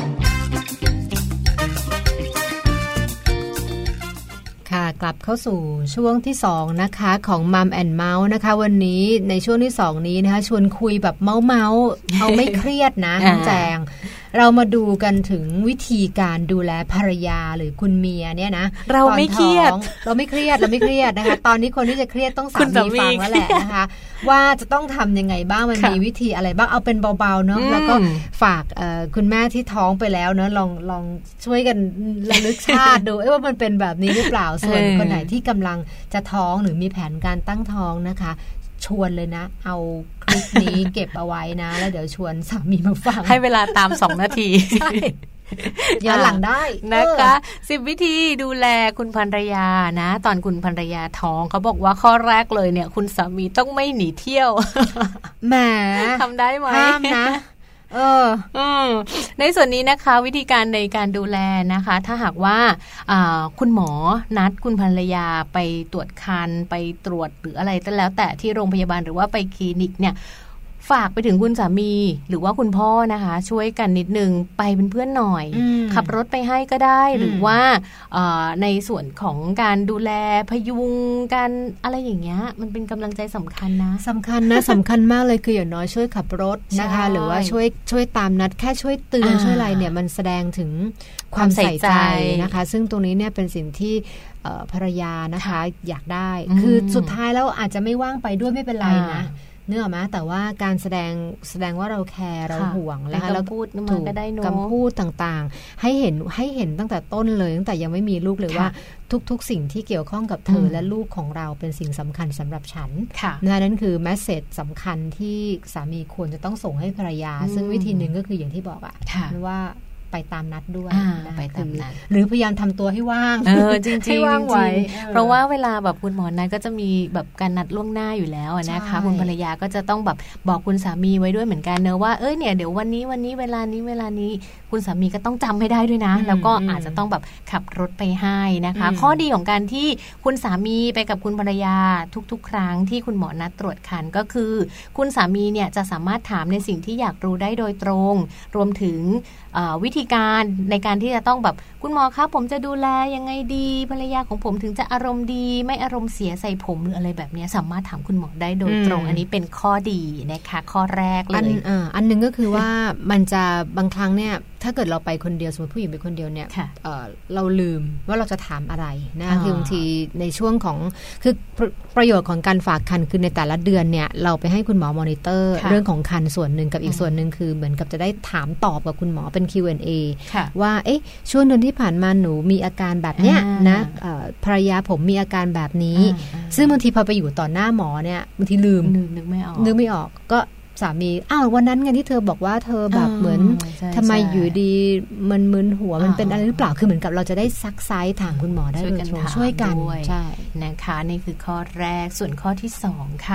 ค่ะกลับเข้าสู่ช่วงที่สองนะคะของมัมแอนด์เมาส์นะคะวันนี้ในช่วงที่สองนี้นะคะชวนคุยแบบเมาส์เมาส์เอาไม่เครียดนะน้องแจงเรามาดูกันถึงวิธีการดูแลภรรยาหรือคุณเมียเนี่ยนะเราไม่เครียดเราไม่เครียดเราไม่เครียดนะคะตอนนี้คนที่จะเครียดต้องสามีฟังแล้วแหละนะคะว่าจะต้องทำยังไงบ้างมันมีวิธีอะไรบ้างเอาเป็นเบาๆเนาะแล้วก็ฝากคุณแม่ที่ท้องไปแล้วเนาะลองลองช่วยกันระลึกชาติดูว่ามันเป็นแบบนี้หรือเปล่าส่วนคนไหนที่กำลังจะท้องหรือมีแผนการตั้งท้องนะคะชวนเลยนะเอาคลิปนี้เก็บเอาไว้นะแล้วเดี๋ยวชวนสามีมาฟังให้เวลาตามสองนาทีใช่ย้อนหลังได้นะคะสิบวิธีดูแลคุณภรรยานะตอนคุณภรรยาท้องเขาบอกว่าข้อแรกเลยเนี่ยคุณสามีต้องไม่หนีเที่ยวแหมทำได้ไหมห้ามนะเอออืมในส่วนนี้นะคะวิธีการในการดูแลนะคะถ้าหากว่าคุณหมอนัดคุณภรรยาไปตรวจครรภ์ไปตรวจหรืออะไรก็แล้วแต่ที่โรงพยาบาลหรือว่าไปคลินิกเนี่ยฝากไปถึงคุณสามีหรือว่าคุณพ่อนะคะช่วยกันนิดนึงไปเป็นเพื่อนหน่อยขับรถไปให้ก็ได้หรือว่าในส่วนของการดูแลพยุงการอะไรอย่างเงี้ยมันเป็นกำลังใจสำคัญนะสำคัญนะสำคัญมากเลยคืออย่างน้อยช่วยขับรถนะคะหรือว่าช่วยช่วยตามนัดแค่ช่วยเตือนช่วยอะไรเนี่ยมันแสดงถึงความใส่ใจนะคะซึ่งตรงนี้เนี่ยเป็นสิ่งที่ภรรยานะคะอยากได้คือสุดท้ายแล้วอาจจะไม่ว่างไปด้วยไม่เป็นไรนะเนื้อไหมแต่ว่าการแสดงแสดงว่าเราแคร์เราห่วงแล้วแล้วพูดมาก็ได้เนาะคำพูดต่างๆให้เห็นให้เห็นตั้งแต่ต้นเลยตั้งแต่ยังไม่มีลูกเลยว่าทุกๆสิ่งที่เกี่ยวข้องกับเธอและลูกของเราเป็นสิ่งสำคัญสำหรับฉันนั่นคือแมสเสจสำคัญที่สามีควรจะต้องส่งให้ภรรยาซึ่งวิธีหนึ่งก็คืออย่างที่บอกอะว่าไปตามนัดด้วยไปตามนัดหรือพยายามทำตัวให้ว่างเออจริงๆให้ว่างไว้เพราะว่าเวลาแบบคุณหมอนัดก็จะมีแบบการนัดล่วงหน้าอยู่แล้วนะคะคุณภรรยาก็จะต้องแบบบอกคุณสามีไว้ด้วยเหมือนกันเนอะว่าเอ้ยเนี่ยเดี๋ยววันนี้วันนี้เวลานี้เวลานี้คุณสามีก็ต้องจำให้ได้ด้วยนะแล้วก็อาจจะต้องแบบขับรถไปให้นะคะข้อดีของการที่คุณสามีไปกับคุณภรรยาทุกๆครั้งที่คุณหมอนัดตรวจครรภ์ก็คือคุณสามีเนี่ยจะสามารถถามในสิ่งที่อยากรู้ได้โดยตรงรวมถึงวิธีการในการที่จะต้องแบบคุณหมอครับผมจะดูแลยังไงดีภรรยาของผมถึงจะอารมณ์ดีไม่อารมณ์เสียใส่ผมหรืออะไรแบบนี้สามารถถามคุณหมอได้โดยตรง อ, อันนี้เป็นข้อดีนะคะข้อแรกเลยอัน, อันนึงก็คือว่ามันจะบางครั้งเนี่ยถ้าเกิดเราไปคนเดียวสมมติผู้หญิงไปคนเดียวเนี่ย เ, เราลืมว่าเราจะถามอะไรนะคือบางทีในช่วงของคือประโยชน์ของการฝากครรภ์คือในแต่ละเดือนเนี่ยเราไปให้คุณหมอมอนิเตอร์เรื่องของครรภ์ส่วนหนึ่งกับอีกส่วนหนึ่งคือเหมือนกับจะได้ถามตอบกับคุณหมอเป็น คิว แอนด์ เอ ว่าเอ๊ะช่วงเดือนที่ผ่านมาหนูมีอาการแบบเนี้ยนะภรรยาผมมีอาการแบบนี้ซึ่งบางทีพอไปอยู่ต่อหน้าหมอเนี่ยบางทีลืมนึกไม่ออกนึกไม่ออกก็สามีอ้าววันนั้นไงที่เธอบอกว่าเธอแบบเหมือนทำไมอยู่ดีมันมึนหัวมันเป็นอะไรหรือเปล่าคือเหมือนกับเราจะได้ซักไซส์ถามคุณหมอได้โดยตรงช่วยกันใช่นะคะนี่คือข้อแรกส่วนข้อที่สองค่ะ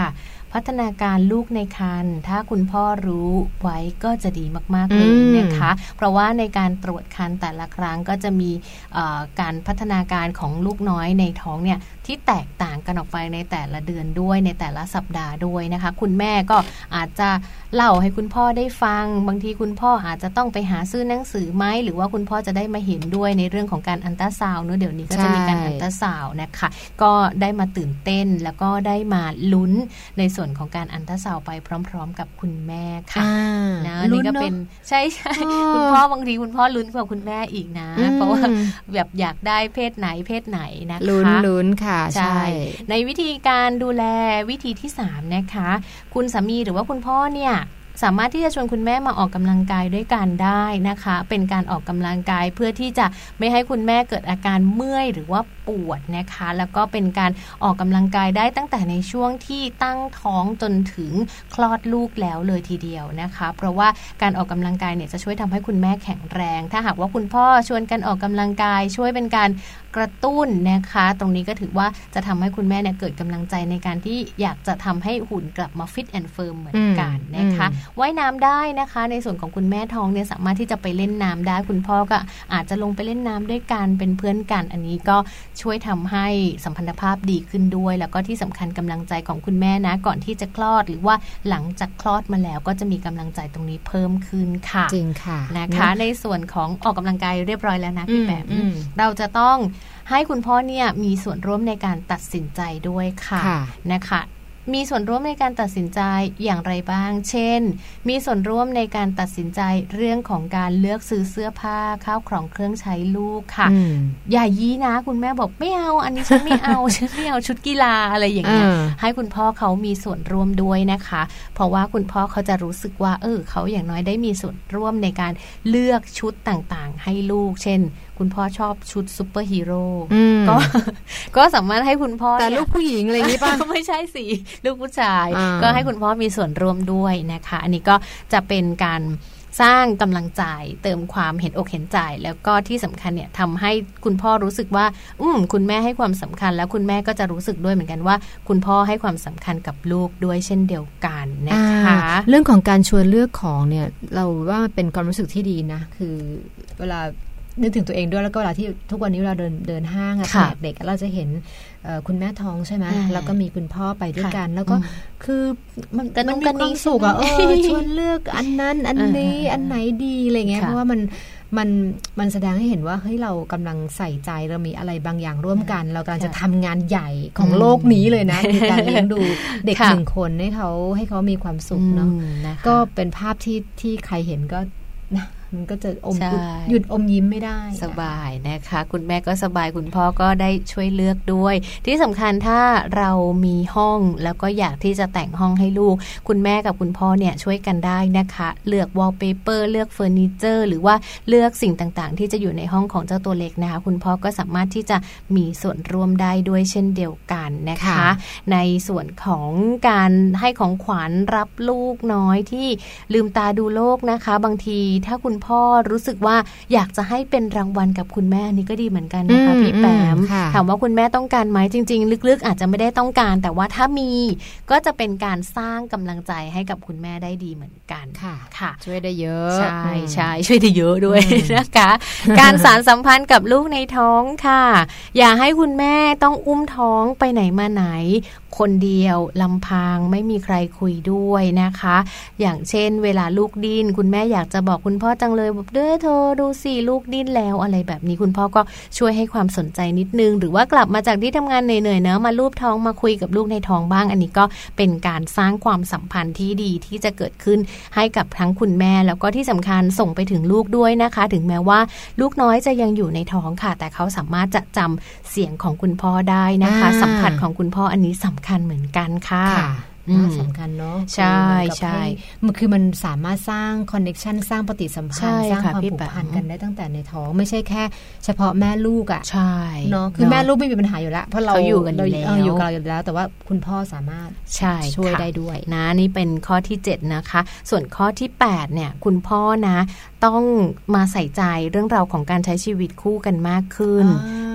พัฒนาการลูกในครรภ์ถ้าคุณพ่อรู้ไว้ก็จะดีมากๆเลยนะคะเพราะว่าในการตรวจครรภ์แต่ละครั้งก็จะมีการพัฒนาการของลูกน้อยในท้องเนี่ยที่แตกต่างกันออกไปในแต่ละเดือนด้วยในแต่ละสัปดาห์ด้วยนะคะคุณแม่ก็อาจจะเล่าให้คุณพ่อได้ฟังบางทีคุณพ่ออาจจะต้องไปหาซื้อหนังสือไหมหรือว่าคุณพ่อจะได้มาเห็นด้วยในเรื่องของการอัลตราซาวน์เนอะเดี๋ยวนี้ก็จะมีการอัลตราซาวน์นะคะก็ได้มาตื่นเต้นแล้วก็ได้มาลุ้นในส่วนของการอัลตราซาวน์ไปพร้อมๆกับคุณแม่ค่ะนะนี่ก็เป็นใช่ใช่คุณพ่อบางทีคุณพ่อลุ้นกว่าคุณแม่อีกนะเพราะว่าแบบอยากได้เพศไหนเพศไหนนะคะลุ้นลุ้นค่ะใช่ในวิธีการดูแลวิธีที่สามนะคะคุณสามีหรือว่าคุณพ่อเนี่ยสามารถที่จะชวนคุณแม่มาออกกำลังกายด้วยกันได้นะคะเป็นการออกกำลังกายเพื่อที่จะไม่ให้คุณแม่เกิดอาการเมื่อยหรือว่าปวดนะคะแล้วก็เป็นการออกกำลังกายได้ตั้งแต่ในช่วงที่ตั้งท้องจนถึงคลอดลูกแล้วเลยทีเดียวนะคะเพราะว่าการออกกำลังกายเนี่ยจะช่วยทำให้คุณแม่แข็งแรงถ้าหากว่าคุณพ่อชวนกันออกกำลังกายช่วยเป็นการกระตุ้นนะคะตรงนี้ก็ถือว่าจะทำให้คุณแม่เนี่ยเกิดกำลังใจในการที่อยากจะทำให้หุ่นกลับมาฟิตแอนด์เฟิร์มเหมือนกันนะคะว่ายน้ำได้นะคะในส่วนของคุณแม่ท้องเนี่ยสามารถที่จะไปเล่นน้ำได้คุณพ่อก็อาจจะลงไปเล่นน้ำด้วยกันเป็นเพื่อนกันอันนี้ก็ช่วยทำให้สัมพันธภาพดีขึ้นด้วยแล้วก็ที่สำคัญกำลังใจของคุณแม่นะก่อนที่จะคลอดหรือว่าหลังจากคลอดมาแล้วก็จะมีกำลังใจตรงนี้เพิ่มขึ้นค่ะจริงค่ะนะคะในส่วนของออกกำลังกายเรียบร้อยแล้วนะพี่แปมเราจะต้องให้คุณพ่อเนี่ยมีส่วนร่วมในการตัดสินใจด้วยค่ะนะคะมีส่วนร่วมในการตัดสินใจอย่างไรบ้างเช่นมีส่วนร่วมในการตัดสินใจเรื่องของการเลือกซื้อเสื้อผ้าข้าวของเครื่องใช้ลูกค่ะอย่ายี้นะคุณแม่บอกไม่เอาอันนี้ฉันไม่เอา ฉันไม่เอาชุดกีฬาอะไรอย่างเงี้ยให้คุณพ่อเขามีส่วนร่วมด้วยนะคะเพราะว่าคุณพ่อเขาจะรู้สึกว่าเออเขาอย่างน้อยได้มีส่วนร่วมในการเลือกชุดต่างๆให้ลูกเช่นคุณพ่อชอบชุดซุปเปอร์ฮีโร่ก็ก็สามารถให้คุณพ่อแต่ลูกผู้หญิงอะไรอย่างนี้ป่ะไม่ใช่สิลูกผู้ชายก็ให้คุณพ่อมีส่วนร่วมด้วยนะคะอันนี้ก็จะเป็นการสร้างกำลังใจเติมความเห็นอกเห็นใจแล้วก็ที่สำคัญเนี่ยทำให้คุณพ่อรู้สึกว่าอืมคุณแม่ให้ความสำคัญแล้วคุณแม่ก็จะรู้สึกด้วยเหมือนกันว่าคุณพ่อให้ความสำคัญกับลูกด้วยเช่นเดียวกันนะคะเรื่องของการชวนเลือกของเนี่ยเราว่าเป็นความรู้สึกที่ดีนะคือเวลานึกถึงตัวเองด้วยแล้วก็เวลาที่ทุกวันนี้เราเดินเดินห้างอะเด็กเราจะเห็นคุณแม่ท้องใช่ไหมแล้วก็มีคุณพ่อไปด้วยกันแล้วก็คือมันมันมีความสุขอะเออชวนเลือกอันนั้นอันนี้อันไหนดีอะไรเงี้ยเพราะว่ามันมันมันแสดงให้เห็นว่าเฮ้ยเรากำลังใส่ใจเรามีอะไรบางอย่างร่วมกันเรากำลังจะทำงานใหญ่ของโลกนี้เลยนะในการเลี้ยงดูเด็กหนึ่งคนให้เขาให้เขามีความสุขเนาะก็เป็นภาพที่ที่ใครเห็นก็นะมันก็จะอมหยุดอมยิ้มไม่ได้สบายนะคะคุณแม่ก็สบายคุณพ่อก็ได้ช่วยเลือกด้วยที่สำคัญถ้าเรามีห้องแล้วก็อยากที่จะแต่งห้องให้ลูกคุณแม่กับคุณพ่อเนี่ยช่วยกันได้นะคะเลือกวอลเปเปอร์เลือกเฟอร์นิเจอร์หรือว่าเลือกสิ่งต่างๆที่จะอยู่ในห้องของเจ้าตัวเล็กนะคะคุณพ่อก็สามารถที่จะมีส่วนร่วมได้ด้วยเช่นเดียวกันนะคะในส่วนของการให้ของขวัญรับลูกน้อยที่ลืมตาดูโลกนะคะบางทีถ้าคุณพ่อรู้สึกว่าอยากจะให้เป็นรางวัลกับคุณแม่นี่ก็ดีเหมือนกันนะคะพี่แปมถามว่าคุณแม่ต้องการไหมจริงๆลึกๆอาจจะไม่ได้ต้องการแต่ว่าถ้ามีก็จะเป็นการสร้างกำลังใจให้กับคุณแม่ได้ดีเหมือนกันค่ะค่ะช่วยได้เยอะใช่ใช่ช่วยได้เยอะด้วยนะคะการสานสัมพันธ์กับลูกในท้องค่ะอย่าให้คุณแม่ต้องอุ้มท้องไปไหนมาไหนคนเดียวลำพังไม่มีใครคุยด้วยนะคะอย่างเช่นเวลาลูกดิ้นคุณแม่อยากจะบอกคุณพ่อจังเลยแบบเด้อเธอดูสิลูกดิ้นแล้วอะไรแบบนี้คุณพ่อก็ช่วยให้ความสนใจนิดนึงหรือว่ากลับมาจากที่ทำงานเหนื่อยๆเนอะมาลูบท้องมาคุยกับลูกในท้องบ้างอันนี้ก็เป็นการสร้างความสัมพันธ์ที่ดีที่จะเกิดขึ้นให้กับทั้งคุณแม่แล้วก็ที่สำคัญส่งไปถึงลูกด้วยนะคะถึงแม้ว่าลูกน้อยจะยังอยู่ในท้องค่ะแต่เขาสามารถจะจำเสียงของคุณพ่อได้นะคะสัมผัสของคุณพ่ออันนี้สำคัญเหมือนกันค่ะสำคัญเนาะใช่ใช่มันคือมันสามารถสร้างคอนเนคชันสร้างปฏิสัมพันธ์สร้างความผูกพันกันได้ตั้งแต่ในท้องไม่ใใช่แค่เฉพาะแม่ลูกอ่ะใช่เนาะคือแม่ลูกไม่มีปัญหาอยู่แล้วเพราะเราอยู่กันอยู่แล้วอยู่กันอยู่แล้วแต่ว่าคุณพ่อสามารถช่วยได้ด้วยนะนี่เป็นข้อที่เจ็ดนะคะส่วนข้อที่แปดเนี่ยคุณพ่อนะต้องมาใส่ใจเรื่องราวของการใช้ชีวิตคู่กันมากขึ้น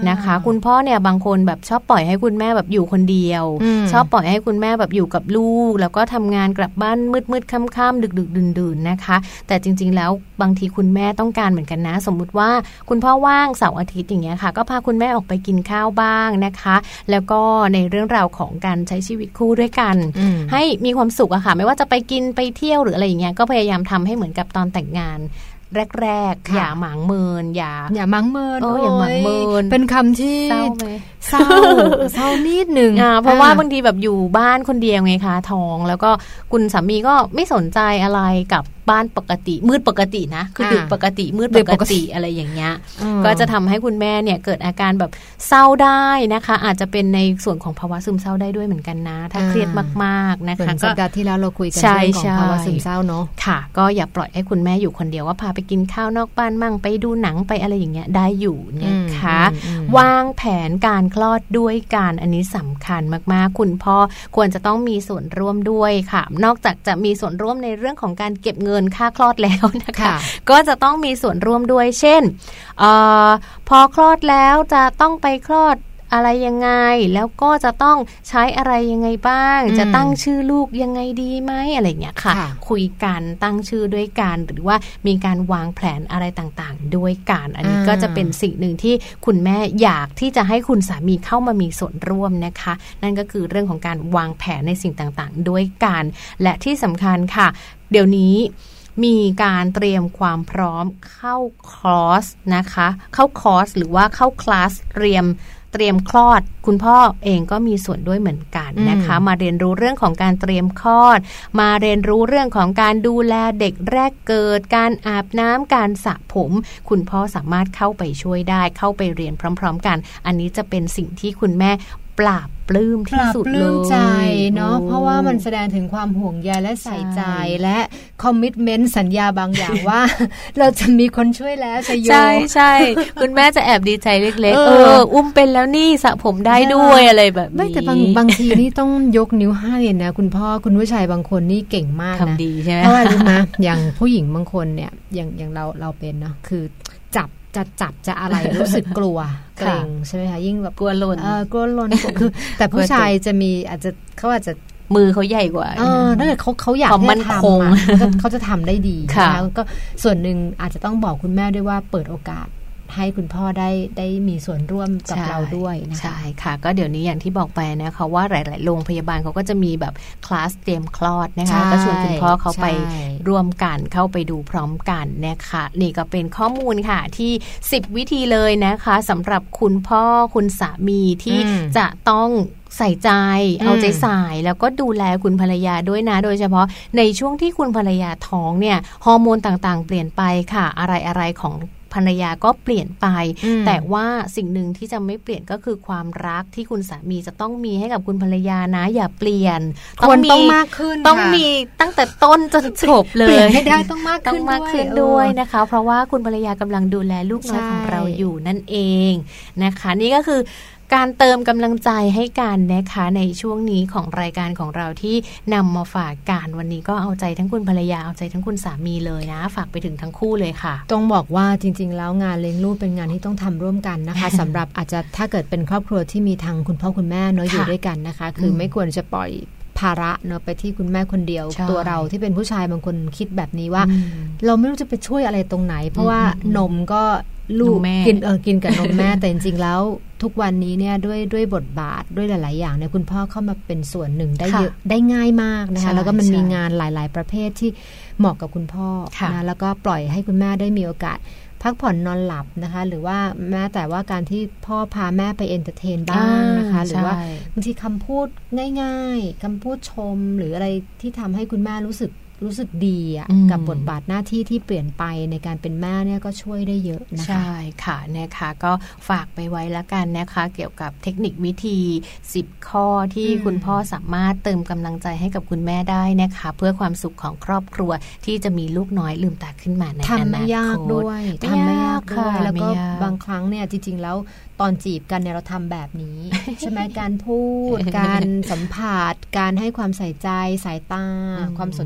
นะคะคุณพ่อเนี่ยบางคนแบบชอบปล่อยให้คุณแม่แบบอยู่คนเดียวชอบปล่อยให้คุณแม่แบบอยู่กับลูกแล้วก็ทำงานกลับบ้านมืดๆค่ำๆดึกๆดื่นๆนะคะแต่จริงๆแล้วบางทีคุณแม่ต้องการเหมือนกันนะสมมุติว่าคุณพ่อว่างเสาร์อาทิตย์อย่างเงี้ยค่ะก็พาคุณแม่ออกไปกินข้าวบ้างนะคะแล้วก็ในเรื่องราวของการใช้ชีวิตคู่ด้วยกันให้มีความสุขอะค่ะไม่ว่าจะไปกินไปเที่ยวหรืออะไรอย่างเงี้ยก็พยายามทำให้เหมือนกับตอนแต่งงานแรกๆอย่าหมางเมินอย่าอย่าหมางเมินโอ้ยอย่าหมางเมินเป็นคำที่เศร้าไหมเศร้าเศร้านิดนึงเพราะว่าบางทีแบบอยู่บ้านคนเดียวไงคะท้องแล้วก็คุณสามีก็ไม่สนใจอะไรกับบ้านปกติมืดปกตินะคือดึกปกติมืดปกติอะไรอย่างเงี้ยก็จะทำให้คุณแม่เนี่ยเกิดอาการแบบเศร้าได้นะคะอาจจะเป็นในส่วนของภาวะซึมเศร้าได้ด้วยเหมือนกันนะถ้าเครียดมากๆนะคะสัปดาห์ที่แล้วเราคุยกันเรื่องของภาวะซึมเศร้าเนาะค่ะก็อย่าปล่อยให้คุณแม่อยู่คนเดียวว่าพาไปกินข้าวนอกบ้านมั่งไปดูหนังไปอะไรอย่างเงี้ยได้อยู่นะคะวางแผนการคลอดด้วยกันอันนี้สำคัญมากๆคุณพ่อควรจะต้องมีส่วนร่วมด้วยค่ะนอกจากจะมีส่วนร่วมในเรื่องของการเก็บเงินค่าคลอดแล้วนะคะก็จะต้องมีส่วนร่วมด้วยเช่นเอ่อพอคลอดแล้วจะต้องไปคลอดอะไรยังไงแล้วก็จะต้องใช้อะไรยังไงบ้างจะตั้งชื่อลูกยังไงดีไหมอะไรเงี้ยค่ะคุยกันตั้งชื่อด้วยกันหรือว่ามีการวางแผนอะไรต่างๆด้วยกันอันนี้ก็จะเป็นสิ่งหนึ่งที่คุณแม่อยากที่จะให้คุณสามีเข้ามามีส่วนร่วมนะคะนั่นก็คือเรื่องของการวางแผนในสิ่งต่างๆด้วยกันและที่สำคัญค่ะเดี๋ยวนี้มีการเตรียมความพร้อมเข้าคอร์สนะคะเข้าคอร์สหรือว่าเข้าคลาสเตรียมเตรียมคลอดคุณพ่อเองก็มีส่วนด้วยเหมือนกันนะคะมาเรียนรู้เรื่องของการเตรียมคลอดมาเรียนรู้เรื่องของการดูแลเด็กแรกเกิดการอาบน้ำการสระผมคุณพ่อสามารถเข้าไปช่วยได้เข้าไปเรียนพร้อมๆกันอันนี้จะเป็นสิ่งที่คุณแม่ปราบปลื้มที่สุดเลยใจเนาะเพราะว่ามันแสดงถึงความห่วงใยและใส่ใจและคอมมิตเมนต์สัญญาบางอย่างว่าเราจะมีคนช่วยแล้วจะโยใช่ใช่คุณแม่จะแอบดีใจเล็กๆเอออุ้มเป็นแล้วนี่สระผมได้ด้วยอะไรแบบนี้ไม่แต่บางบางทีนี่ต้องยกนิ้วให้นะคุณพ่อคุณผู้ชายบางคนนี่เก่งมากนะทำดีใช่ไหมเพราะว่ารู้ไหมอย่างผู้หญิงบางคนเนี่ยอย่างอย่างเราเราเป็นเนาะคือจับจะจับจะอะไรรู้สึกกลัวเกรงใช่ไหมคะยิ่งแบบกลัวหล่นเออกลัวหล่นคือแต่ผู้ชายจะมีอาจจะเขาอาจจะมือเขาใหญ่กว่าเออนั่นแหละเขาเขาอยากมันคงเขาจะทำได้ดีนะคะก็ส่วนหนึ่งอาจจะต้องบอกคุณแม่ด้วยว่าเปิดโอกาสให้คุณพ่อได้ได้มีส่วนร่วมกับเราด้วยนะคะใช่ค่ะก็เดี๋ยวนี้อย่างที่บอกไปนะคะว่าหลายๆโรงพยาบาลเขาก็จะมีแบบคลาสเตรียมคลอดนะคะก็ชวนคุณพ่อเขาไปร่วมกันเข้าไปดูพร้อมกันนะคะนี่ก็เป็นข้อมูลค่ะที่สิบวิธีเลยนะคะสำหรับคุณพ่อคุณสามีที่จะต้องใส่ใจเอาใจใส่แล้วก็ดูแลคุณภรรยาด้วยนะโดยเฉพาะในช่วงที่คุณภรรยาท้องเนี่ยฮอร์โมนต่างๆเปลี่ยนไปค่ะอะไรๆของภรรยาก็เปลี่ยนไปแต่ว่าสิ่งหนึ่งที่จะไม่เปลี่ยนก็คือความรักที่คุณสามีจะต้องมีให้กับคุณภรรยานะอย่าเปลี่ยนควรต้องมากขึ้นต้องมีตั้งแต่ต้นจนจบเลยเปลี่ยนให้ได้ต้องมากขึ้นมากขึ้นด้วยนะคะเพราะว่าคุณภรรยากำลังดูแลลูกน้อยของเราอยู่นั่นเองนะคะนี่ก็คือการเติมกำลังใจให้กันนะคะในช่วงนี้ของรายการของเราที่นำมาฝากกันวันนี้ก็เอาใจทั้งคุณภรรยาเอาใจทั้งคุณสามีเลยนะฝากไปถึงทั้งคู่เลยค่ะต้องบอกว่าจริงๆแล้วงานเลี้ยงลูกเป็นงานที่ต้องทำร่วมกันนะคะ สำหรับอาจจะถ้าเกิดเป็นครอบครัวที่มีทางคุณพ่อคุณแม่เนาะอยู่ด้วยกันนะคะคือไม่ควรจะปล่อยภาระเนาะไปที่คุณแม่คนเดียวตัวเราที่เป็นผู้ชายบางคนคิดแบบนี้ว่าเราไม่รู้จะไปช่วยอะไรตรงไหนเพราะว่านมก็ลูกกินเออกินกับนมแม่แต่จริงๆแล้วทุกวันนี้เนี่ยด้วยด้วยบทบาทด้วยหลายๆอย่างเนี่ยคุณพ่อเข้ามาเป็นส่วนหนึ่งได้เยอะได้ง่ายมากนะคะแล้วก็มันมีงานหลายๆประเภทที่เหมาะกับคุณพ่อนะแล้วก็ปล่อยให้คุณแม่ได้มีโอกาสพักผ่อนนอนหลับนะคะหรือว่าแม้แต่ว่าการที่พ่อพาแม่ไปเอนเตอร์เทนบ้างนะคะหรือว่าบางทีคำพูดง่ายๆคำพูดชมหรืออะไรที่ทำให้คุณแม่รู้สึกรู้สึกดีอ่ะกับบทบาทหน้าที่ที่เปลี่ยนไปในการเป็นแม่เนี่ยก็ช่วยได้เยอะนะคะใช่ค่ะนะคะก็ฝากไปไว้แล้วกันนะคะเกี่ยวกับเทคนิควิธีสิบข้อที่คุณพ่อสามารถเติมกำลังใจให้กับคุณแม่ได้นะคะเพื่อความสุขของครอบครัวที่จะมีลูกน้อยลืมตาขึ้นมาในอนาคตทำไม่ยากด้วยทำไม่ยากด้วยแล้วก็บางครั้งเนี่ยจริงๆแล้วตอนจีบกันเนี่ยเราทำแบบนี้ ใช่ไหมการพูดการสัมผัสการให้ความใส่ใจสายตาความสนใจ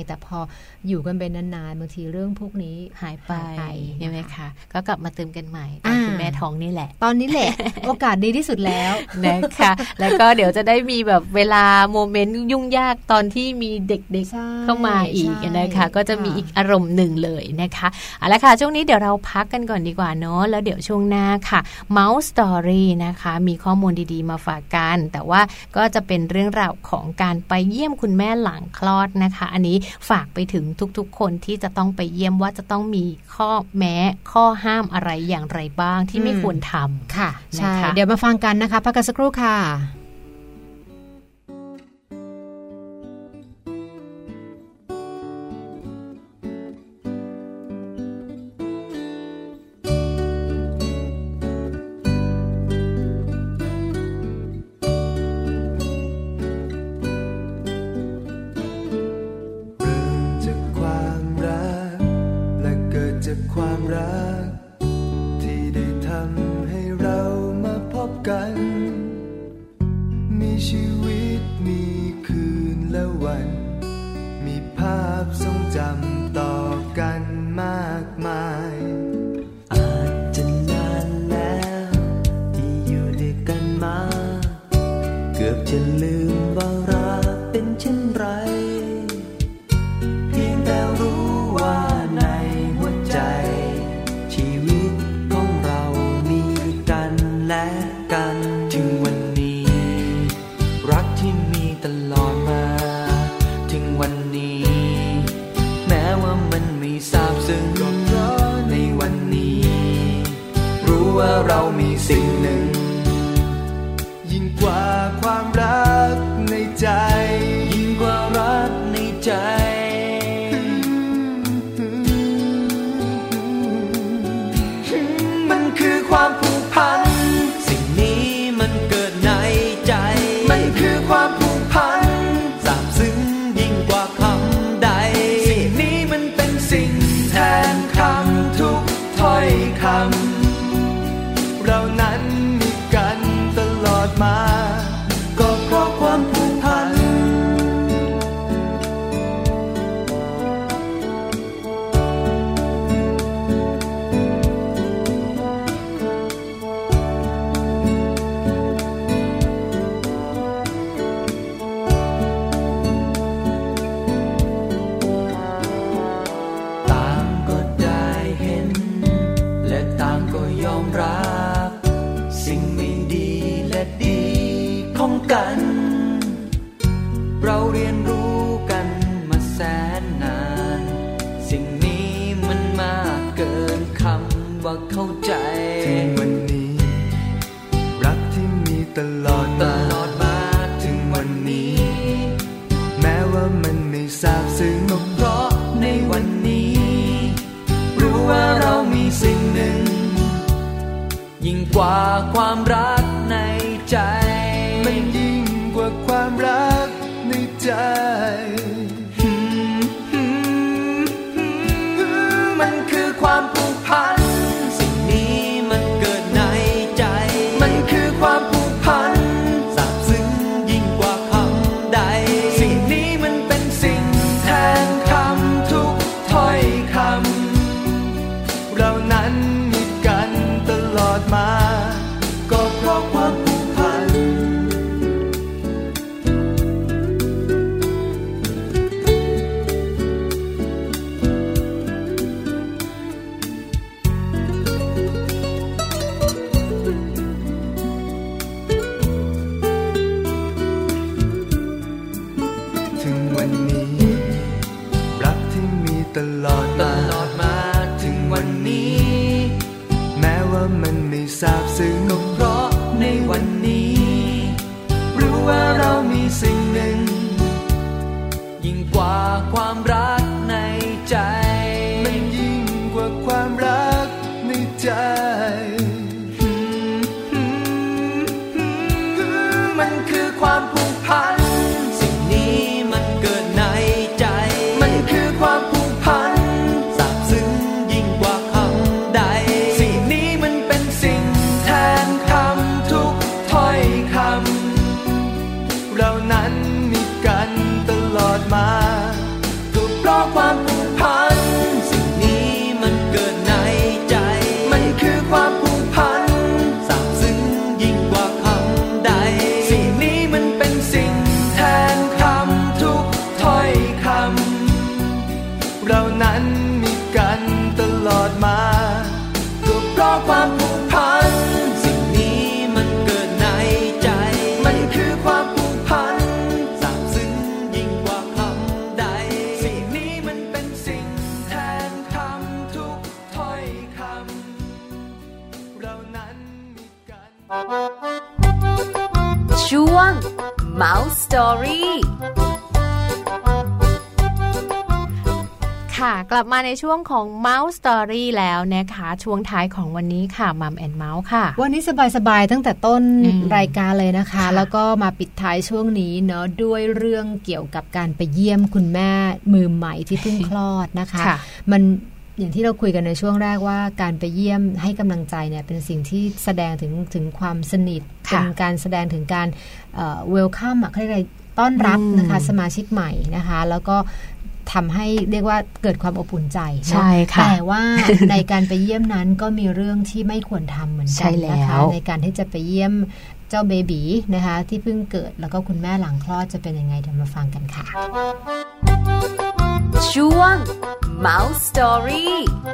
แต่พออยู่กันเป็นนานๆบางทีเรื่องพวกนี้หายไปใช่ไหมคะก็กลับมาเติมกันใหม่คุณแม่ท้องนี่แหละตอนนี้แหละ โอกาสดีที่สุดแล้วนะคะแล้วก็เดี๋ยวจะได้มีแบบเวลาโมเมนต์ยุ่งยากตอนที่มีเด็กๆเข้ามาอีกนะคะก็จะมีอีกอารมณ์หนึ่งเลยนะคะเอาละค่ะช่วงนี้เดี๋ยวเราพักกันก่อนดีกว่าเนาะแล้วเดี๋ยวช่วงหน้าค่ะ Mouse Story นะคะมีข้อมูลดีๆมาฝากกันแต่ว่าก็จะเป็นเรื่องราวของการไปเยี่ยมคุณแม่หลังคลอดนะคะอันนี้ฝากไปถึงทุกๆคนที่จะต้องไปเยี่ยมว่าจะต้องมีข้อแม้ข้อห้ามอะไรอย่างไรบ้างที่ไม่ควรทำค่ะใช่เดี๋ยวมาฟังกันนะคะพักกันสักครู่ค่ะความรักที่ได้ทำให้เรามาพบกันมีชีวิตมีคืนและวันมีภาพทรงจำต่อกันมากมายอาจจะนานแล้วที่อยู่ด้วยกันมาเกือบจะลืมว่ารักเป็นเช่นไรเพียงแต่รู้ว่าในหัวใจชีวิตของเรามีกันและกันถึงวันนี้รักที่มีตลอดมาถึงวันนี้แม้ว่ามันไม่ซาบซึ้งในวันนี้รู้ว่าเรามีสิ่งหนึ่งยิ่งกว่าความรักในใจยิ่งกว่ารักในใจความผูกพันสิ่งนี้มันเกิดในใจมันคือความผูกพันซาบซึ้งยิ่งกว่าคำใดสิ่งนี้มันเป็นสิ่งแทนคำทุกถ้อยคำเรานั้นมีกันตลอดมาก็เพราะความผูกพันกันเราเรียนรู้กันมาแสนนานสิ่งนี้มันมากเกินคำว่าเข้าใจถึงวันนี้รักที่มีตลอดตลอดมาถึงวันนี้แม้ว่ามันไม่ซาบซึ้งก็เพราะในวันนี้รู้ว่าเรามีสิ่งหนึ่งยิ่งกว่าความรักในใจมันยิ่งกว่าความรักในใจมันคือความผูกพันสิ่งนี้มันเกิดในใจมันคือความผูกพันซาบซึ้งยิ่งกว่าคำใดสิ่งนี้มันเป็นสิ่งแทนคำทุกถ้อยคำเรานั้นมีกันตลอดมาก็เพราะความผูกพันถึงวันนี้รักที่มีตลอดตลอดมาถึงวันนี้แม้ว่ามันไม่ซาบซึ้งก็เพราะในวันนี้รู้ว่าเรามีสิ่งหนึ่งยิ่งกว่าความรักในใจมันยิ่งกว่าความรักในใจมันคือความผูกพันสิ่งนี้มันเกิดในใจมันคือความผูกพันซาบซึ้งยิ่งกว่าคำใดสิ่งนี้มันเป็นสิ่งแทนคำทุกถ้อยคำเรานั้นมีกันตลอดมาก็ความผูกพันสิ่งนี้มันเกิดในใจมันคือความผูกพันซาบซึ้งยิ่งกว่าคำใดสิ่งนี้มันเป็นสิ่งแทนคำทุกถ้อยคำเรานั้นมีกันตลอดมาก็เพราะความผูกพันสิ่งนี้มันเกิดในใจมันคือความผูกพันซาบซึ้งยิ่งกว่าคำใดสิ่งนี้มันเป็นสิ่งแทนคำทุกถ้อยคำเรานั้นมีกันช่วง Mouse Story ค่ะกลับมาในช่วงของ Mouse Story แล้วนะคะช่วงท้ายของวันนี้ค่ะ Mum and Mouse ค่ะวันนี้สบายๆตั้งแต่ต้นรายการเลยนะคะแล้วก็มาปิดท้ายช่วงนี้เนาะด้วยเรื่องเกี่ยวกับการไปเยี่ยมคุณแม่มือใหม่ที่เพิ่งคลอดนะคะมันอย่างที่เราคุยกันในช่วงแรกว่าการไปเยี่ยมให้กำลังใจเนี่ยเป็นสิ่งที่แสดงถึงถึงความสนิทเป็นการแสดงถึงการเอ่อ welcome อ่ะอะไรต้อนรับนะคะสมาชิกใหม่นะคะแล้วก็ทำให้เรียกว่าเกิดความอบอุ่นใจใช่ค่ะแต่ว่า ในการไปเยี่ยมนั้นก็มีเรื่องที่ไม่ควรทำเหมือนกันนะคะในการที่จะไปเยี่ยมเจ้าเบบีนะคะที่เพิ่งเกิดแล้วก็คุณแม่หลังคลอดจะเป็นยังไงเดี๋ยวมาฟังกันค่ะช่วง Mouse Story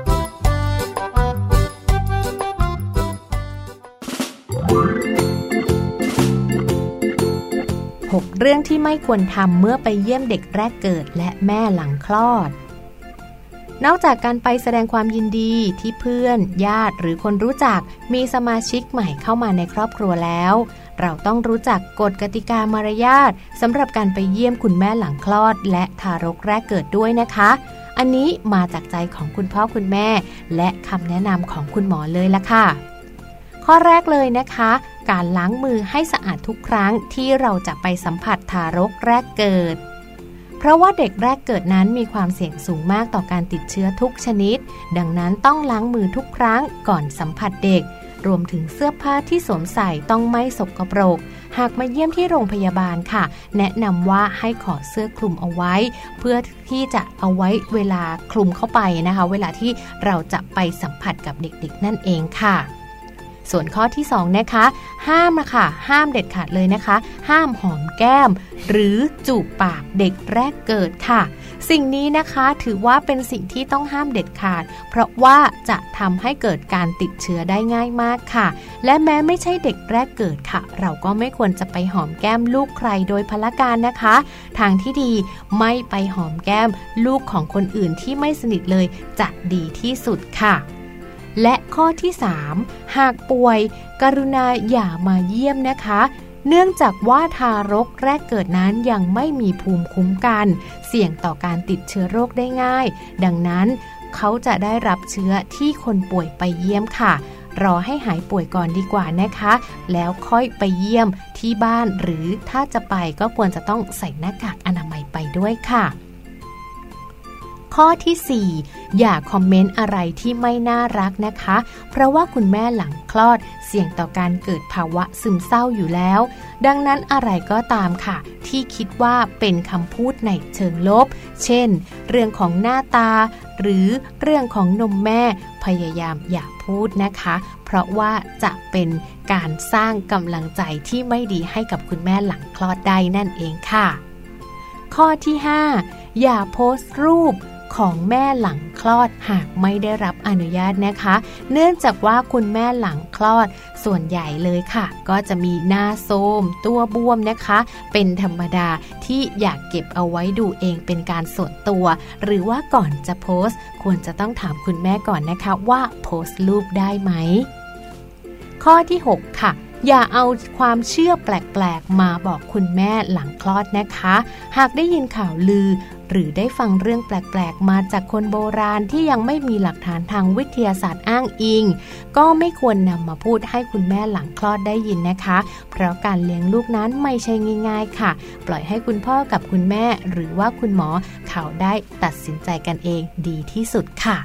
หกเรื่องที่ไม่ควรทำเมื่อไปเยี่ยมเด็กแรกเกิดและแม่หลังคลอดนอกจากการไปแสดงความยินดีที่เพื่อนญาติหรือคนรู้จักมีสมาชิกใหม่เข้ามาในครอบครัวแล้วเราต้องรู้จักกฎกติกามารยาทสำหรับการไปเยี่ยมคุณแม่หลังคลอดและทารกแรกเกิดด้วยนะคะอันนี้มาจากใจของคุณพ่อคุณแม่และคำแนะนำของคุณหมอเลยละค่ะข้อแรกเลยนะคะการล้างมือให้สะอาดทุกครั้งที่เราจะไปสัมผัสทารกแรกเกิดเพราะว่าเด็กแรกเกิดนั้นมีความเสี่ยงสูงมากต่อการติดเชื้อทุกชนิดดังนั้นต้องล้างมือทุกครั้งก่อนสัมผัสเด็กรวมถึงเสื้อผ้าที่สวมใส่ต้องไม่สกปรกหากมาเยี่ยมที่โรงพยาบาลค่ะแนะนำว่าให้ขอเสื้อคลุมเอาไว้เพื่อที่จะเอาไว้เวลาคลุมเข้าไปนะคะเวลาที่เราจะไปสัมผัสกับเด็กๆนั่นเองค่ะส่วนข้อที่สองนะคะห้ามนะคะห้ามเด็ดขาดเลยนะคะห้ามหอมแก้มหรือจูบปากเด็กแรกเกิดค่ะสิ่งนี้นะคะถือว่าเป็นสิ่งที่ต้องห้ามเด็ดขาดเพราะว่าจะทำให้เกิดการติดเชื้อได้ง่ายมากค่ะและแม้ไม่ใช่เด็กแรกเกิดค่ะเราก็ไม่ควรจะไปหอมแก้มลูกใครโดยพละการนะคะทางที่ดีไม่ไปหอมแก้มลูกของคนอื่นที่ไม่สนิทเลยจะดีที่สุดค่ะและข้อที่สามหากป่วยกรุณาอย่ามาเยี่ยมนะคะเนื่องจากว่าทารกแรกเกิดนั้นยังไม่มีภูมิคุ้มกันเสี่ยงต่อการติดเชื้อโรคได้ง่ายดังนั้นเขาจะได้รับเชื้อที่คนป่วยไปเยี่ยมค่ะรอให้หายป่วยก่อนดีกว่านะคะแล้วค่อยไปเยี่ยมที่บ้านหรือถ้าจะไปก็ควรจะต้องใส่หน้ากากอนามัยไปด้วยค่ะข้อที่สี่อย่าคอมเมนต์อะไรที่ไม่น่ารักนะคะเพราะว่าคุณแม่หลังคลอดเสี่ยงต่อการเกิดภาวะซึมเศร้าอยู่แล้วดังนั้นอะไรก็ตามค่ะที่คิดว่าเป็นคำพูดในเชิงลบเช่นเรื่องของหน้าตาหรือเรื่องของนมแม่พยายามอย่าพูดนะคะเพราะว่าจะเป็นการสร้างกำลังใจที่ไม่ดีให้กับคุณแม่หลังคลอดได้นั่นเองค่ะข้อที่ห้าอย่าโพสต์รูปของแม่หลังคลอดหากไม่ได้รับอนุญาตนะคะเนื่องจากว่าคุณแม่หลังคลอดส่วนใหญ่เลยค่ะก็จะมีหน้าโทรมตัวบวมนะคะเป็นธรรมดาที่อยากเก็บเอาไว้ดูเองเป็นการส่วนตัวหรือว่าก่อนจะโพสต์ควรจะต้องถามคุณแม่ก่อนนะคะว่าโพสต์รูปได้ไหมข้อที่หกค่ะอย่าเอาความเชื่อแปลกๆมาบอกคุณแม่หลังคลอดนะคะหากได้ยินข่าวลือหรือได้ฟังเรื่องแปลกๆมาจากคนโบราณที่ยังไม่มีหลักฐานทางวิทยาศาสตร์อ้างอิงก็ไม่ควรนำมาพูดให้คุณแม่หลังคลอดได้ยินนะคะเพราะการเลี้ยงลูกนั้นไม่ใช่ง่ายๆค่ะปล่อยให้คุณพ่อกับคุณแม่หรือว่าคุณหมอเขาได้ตัดสินใจกันเองดีที่สุดค่ะ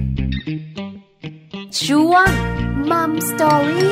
ช่วง Mum Story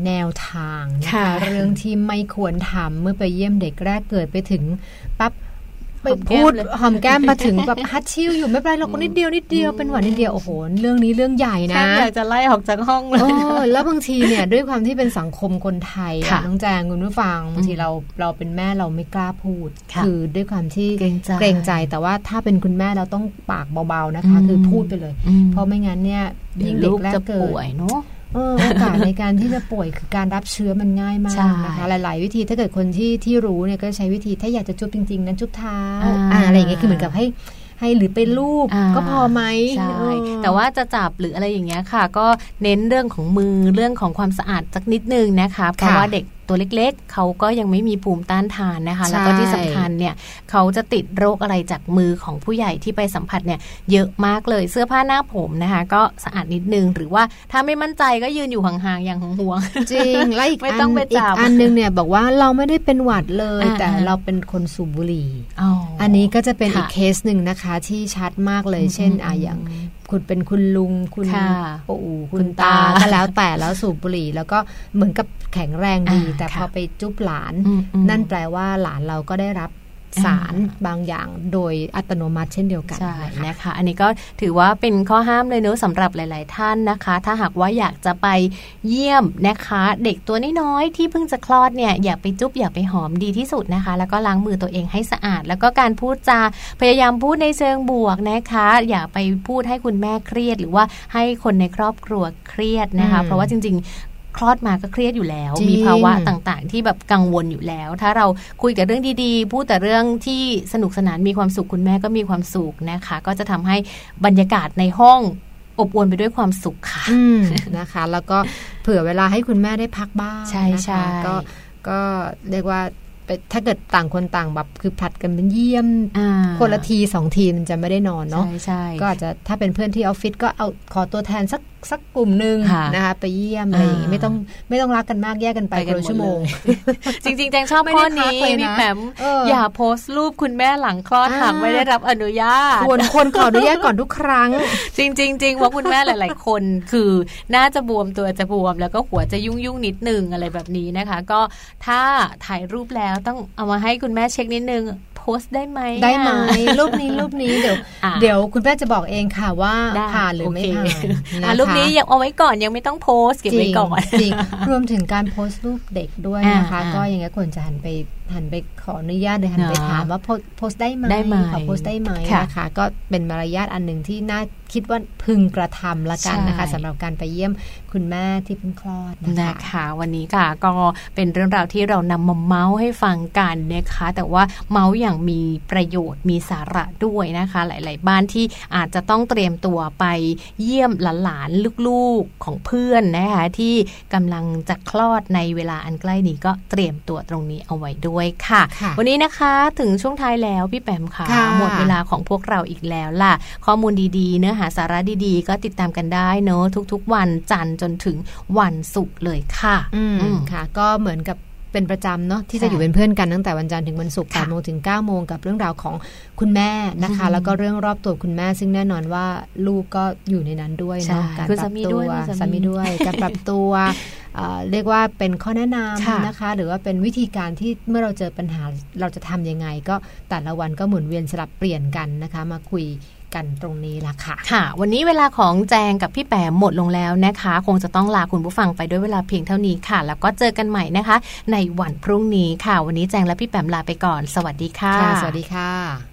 แนวทางนะคะเรื่องที่ไม่ควรทำเมื่อไปเยี่ยมเด็กแรกเกิดไปถึงปั๊บไปพูดหอมแก้มมาถึงแบบฮัตชิวอยู่ไม่เป็นไรเราก็นิดเดียวนิดเดียวเป็นหวัดนิดเดียวโอ้โหเรื่องนี้เรื่องใหญ่นะแค่อยากจะไล่ออกจากห้องเลยแล้วบางทีเนี่ยด้วยความที่เป็นสังคมคนไทยน้องแจงคุณผู้ฟังบางทีเราเราเป็นแม่เราไม่กล้าพูดคือด้วยความที่เกรงใจแต่ว่าถ้าเป็นคุณแม่เราต้องปากเบาๆนะคะคือพูดไปเลยเพราะไม่งั้นเนี่ยยิ่งเด็กแรกเกิดโอกาสในการที่จะป่วยคือการรับเชื้อมันง่ายมากนะคะหลายๆวิธีถ้าเกิดคนที่ที่รู้เนี่ยก็ใช้วิธีถ้าอยากจะจุ๊บจริงๆนั้นจุ๊บเท้าอะไรอย่างเงี้ยคือเหมือนกับให้ให้หรือเป็นลูกก็พอไหมใช่แต่ว่าจะจับหรืออะไรอย่างเงี้ยค่ะก็เน้นเรื่องของมือเรื่องของความสะอาดสักนิดนึงนะคะเพราะว่าเด็กตัวเล็กๆเขาก็ยังไม่มีภูมิต้านทานนะคะแล้วก็ที่สำคัญเนี่ยเขาจะติดโรคอะไรจากมือของผู้ใหญ่ที่ไปสัมผัสเนี่ยเยอะมากเลยเสื้อผ้าหน้าผมนะคะก็สะอาดนิดนึงหรือว่าถ้าไม่มั่นใจก็ยืนอยู่ห่างๆอย่างห่วงๆจริงและอีกไม่ต้องไปจับอีกอันนึงเนี่ยบอกว่าเราไม่ได้เป็นหวัดเลยแต่เราเป็นคนสูบบุหรี่อันนี้ก็จะเป็นอีกเคสหนึ่งนะคะที่ชัดมากเลยเช่นอ่ะอย่างคุณเป็นคุณลุงคุณปู่คุณตาก็แล้วแต่แล้วสูบบุหรี่แล้วก็เหมือนกับแข็งแรงดีแต่พอไปจุ๊บหลานนั่นแปลว่าหลานเราก็ได้รับสารบางอย่างโดยอัตโนมัติเช่นเดียวกันใช่นะคะอันนี้ก็ถือว่าเป็นข้อห้ามเลยเนอะสำหรับหลายๆท่านนะคะถ้าหากว่าอยากจะไปเยี่ยมนะคะเด็กตัวน้อยๆที่เพิ่งจะคลอดเนี่ยอย่าไปจุ๊บอย่าไปหอมดีที่สุดนะคะแล้วก็ล้างมือตัวเองให้สะอาดแล้วก็การพูดจาพยายามพูดในเชิงบวกนะคะอย่าไปพูดให้คุณแม่เครียดหรือว่าให้คนในครอบครัวเครียดนะคะเพราะว่าจริงๆคลอดมาก็เครียดอยู่แล้วมีภาวะต่างๆที่แบบกังวลอยู่แล้วถ้าเราคุยแต่เรื่องดีๆพูดแต่เรื่องที่สนุกสนานมีความสุขคุณแม่ก็มีความสุขนะคะก็จะทำให้บรรยากาศในห้องอบอวลไปด้วยความสุขค่ะนะคะแล้วก็เผื่อเวลาให้คุณแม่ได้พักบ้างใช่ใช่ก็ก็เรียกว่าถ้าเกิดต่างคนต่างแบบคือผลัดกันเป็นเยี่ยมคนละทีสองทีมันจะไม่ได้นอนเนาะก็อาจจะถ้าเป็นเพื่อนที่ออฟฟิศก็เอาขอตัวแทนสักสักกลุ่มนึงนะคะไปเยี่ยมอะไรอย่างงี้ไม่ต้องไม่ต้องรักกันมากแยกกันไปคนละชั่วโมงจริงๆแจงชอบข้อนี้พี่แหม่มอย่าโพสต์รูปคุณแม่หลังคลอดหากไม่ได้รับอนุญาตควรคนขออนุญาตก่อนทุกครั้งจริงๆจริงว่าคุณแม่หลายๆคนคือน่าจะบวมตัวจะบวมแล้วก็หัวจะยุ่งๆนิดนึงอะไรแบบนี้นะคะก็ถ้าถ่ายรูปแล้วต้องเอามาให้คุณแม่เช็คนิดนึงโพสต์ได้ไหมได้ไหมรูปนี้รูปนี้เดี๋ยวเดี๋ยวคุณแม่จะบอกเองค่ะว่าผ่านหรือไม่ผ่านนะคะรูปนี้ยังเอาไว้ก่อนยังไม่ต้องโพสต์เก็บไว้ก่อนจริงรวมถึงการโพสต์รูปเด็กด้วยนะคะก็ยังไงควรจะหันไปหันไปขออนุญาตหรือหันไปถามว่าโพสต์ได้ไหมขอโพสต์ได้ไหมนะคะก็เป็นมารยาทอันหนึ่งที่น่าคิดว่าพึงกระทำละกันนะคะสำหรับการไปเยี่ยมคุณแม่ที่เพิ่งคลอดนะคะวันนี้ค่ะก็เป็นเรื่องราวที่เรานำมาเมาส์ให้ฟังกันนะคะแต่ว่าเมาส์อย่างมีประโยชน์มีสาระด้วยนะคะหลายๆบ้านที่อาจจะต้องเตรียมตัวไปเยี่ยมหลานๆลูกๆของเพื่อนนะคะที่กำลังจะคลอดในเวลาอันใกล้นี้ก็เตรียมตัวตรงนี้เอาไว้ด้วยค่ะวันนี้นะคะถึงช่วงท้ายแล้วพี่แปมค่ะหมดเวลาของพวกเราอีกแล้วล่ะข้อมูลดีๆเนื้อหาสาระดีๆก็ติดตามกันได้เนอะทุกๆวันจันทร์จนถึงวันศุกร์เลยค่ะอืมค่ะก็เหมือนกับเป็นประจำเนาะที่จะอยู่เป็นเพื่อนกันตั้งแต่วันจันทร์ถึงวันศุกร์แปดโมงถึงเก้าโมงกับเรื่องราวของคุณแม่นะคะแล้วก็เรื่องรอบตัวคุณแม่ซึ่งแน่นอนว่าลูกก็อยู่ในนั้นด้วยเนาะการปรับตัวสามีด้วยการปรับตัวเรียกว่าเป็นข้อแนะนำนะคะหรือว่าเป็นวิธีการที่เมื่อเราเจอปัญหาเราจะทำยังไงก็แต่ละวันก็หมุนเวียนสลับเปลี่ยนกันนะคะมาคุยกันตรงนี้ละค่ะค่ะวันนี้เวลาของแจงกับพี่แปมหมดลงแล้วนะคะคงจะต้องลาคุณผู้ฟังไปด้วยเวลาเพียงเท่านี้ค่ะแล้วก็เจอกันใหม่นะคะในวันพรุ่งนี้ค่ะวันนี้แจงและพี่แปมลาไปก่อนสวัสดีค่ะสวัสดีค่ะ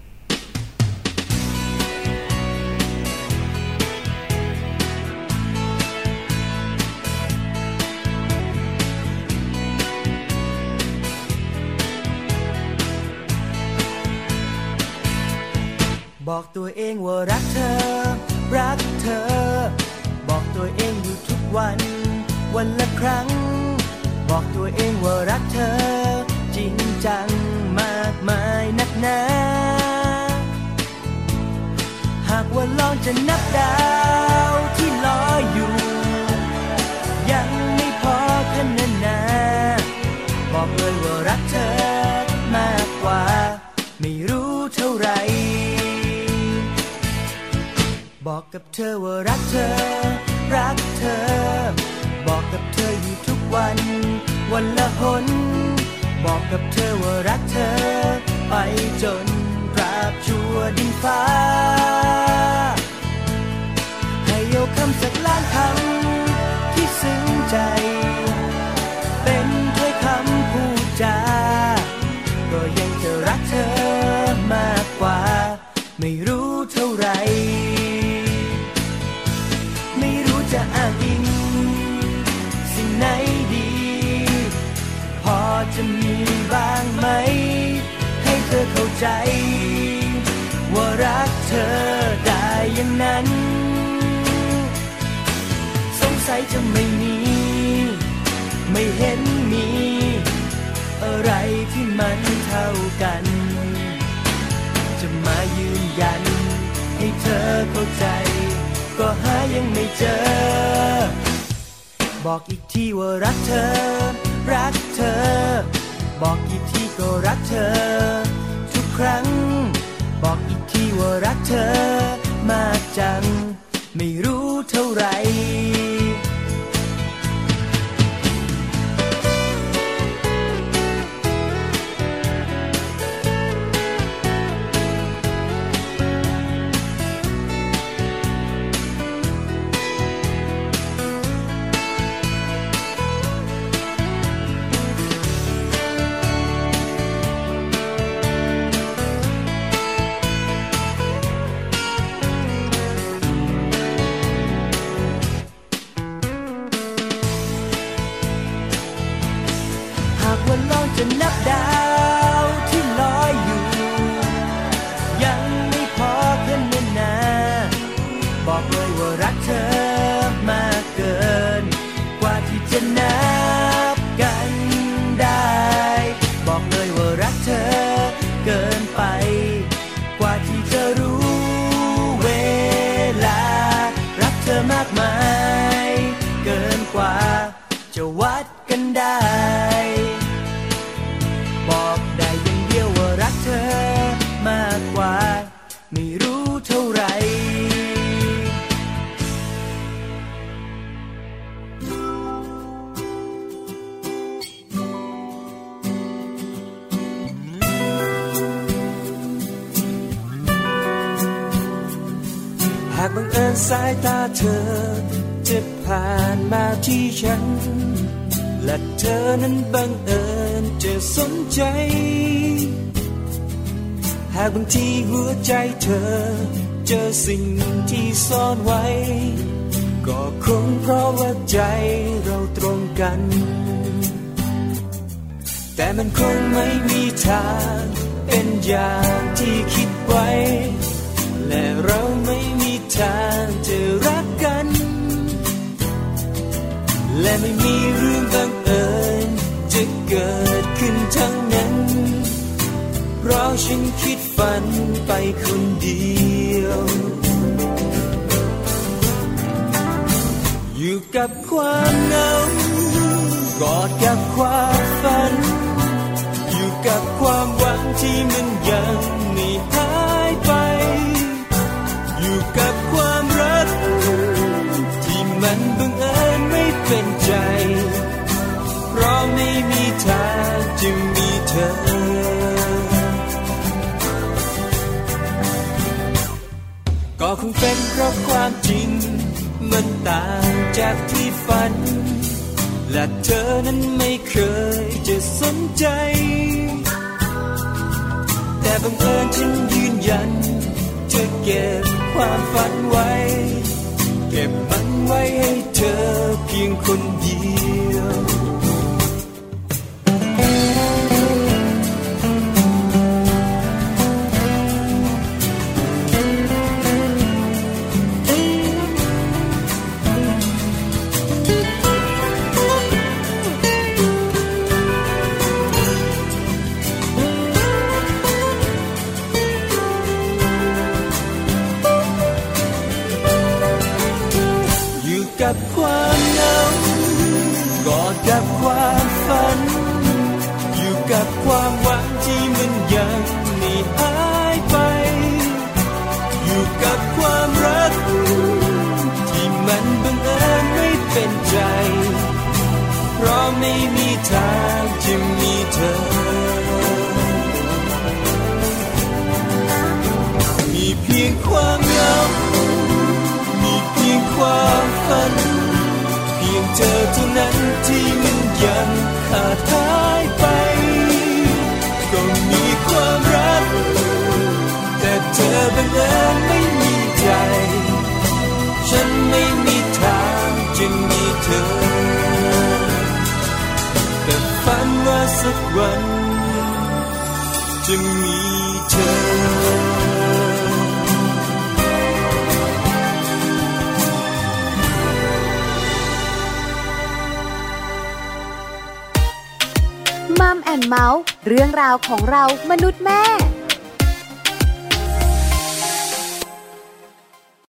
บอกตัวเองว่ารักเธอรักเธอบอกตัวเองอยู่ทุกวันวันละครั้งบอกตัวเองว่ารักเธอจริงจังมากมายนักหนาหากว่าลองจะนับดาวที่ลอยอยู่ยังไม่พอขนาดนาบอกเลยว่ารักเธอมากกว่าไม่รู้เท่าไรบอกกับเธอว่ารักเธอรักเธอบอกกับเธออยู่ทุกวันวันละหนบอกกับเธอว่ารักเธอไปจนตราบชั่วดินฟ้าให้เอาคำสักล้านคำที่ซึ้งใจเป็นถ้อยคำพูดจาก็ยังจะรักเธอมากกว่าไม่รู้เท่าไรไม่รู้จะอ้างอิงสิ่งไหนดีพอจะมีบ้างไหมให้เธอเข้าใจว่ารักเธอได้อย่างนั้นสงสัยจะไม่มีไม่เห็นมีอะไรที่มันเท่ากันจะมายืนยันให้เธอเข้าใจก็หายังไม่เจอบอกอีกทีว่ารักเธอรักเธอบอกอีกทีก็รักเธอทุกครั้งบอกอีกทีว่ารักเธอมากจังไม่รู้เท่าไรจะนับดาวที่ลอยอยู่ยังไม่พอแค่นั้นนะบอกเลยว่ารักเธอมากเกินกว่าที่จะนับกันได้บอกเลยว่ารักเธอเกินไปกว่าที่จะรู้เวลารักเธอมากมายเกินกว่าจะวัดกันได้บอกได้อย่างเดียวว่ารักเธอมากกว่าไม่รู้เท่าไรหากบังเอิญสายตาเธอจะผ่านมาที่ฉันและเธอนั้นบังเอิญจะสนใจหากบางทีหัวใจเธอเจอสิ่งที่ซ่อนไว้ก็คงเพราะว่าใจเราตรงกันแต่มันคงไม่มีทางเป็นอย่างที่คิดไว้และเราไม่มีทางจะรักกันและไม่มีเรื่องบังเอิญจะเกิดขึ้นทั้งนั้นเพราะฉันคิดฝันไปคนเดียวอยู่กับความเหงากอดกับความฝันอยู่กับความหวังที่มันยังไม่หายไปอยู่กับความรักที่มันบังเอิญไม่เป็นใจเพราะไม่มีทางจะมีเธอก็คงเป็นเพราะความจริงมันต่างจากที่ฝันและเธอนั้นไม่เคยจะสนใจแต่บังเอิญฉันยืนยันจะเก็บความฝันไว้เก็บมันไว้ให้เธอเพียงคนเดียวกับความเหงากอดกับความฝันอยู่กับความหวังที่มันยังไม่หายไปอยู่กับความรักที่มันบังเอิญไม่เป็นใจเพราะทางจะมีเธอมีเพียงความเหงามีเพียงความฝันเพียงเธอเท่านั้นที่มันยังขาดหายไปก็มีความรักแต่เธอบังเอิญไม่มีใจฉันไม่มีทางจะมีเธอแต่ฝันว่าสักวันจะมีเธอมัมแอนด์เมาส์เรื่องราวของเรามนุษย์แม่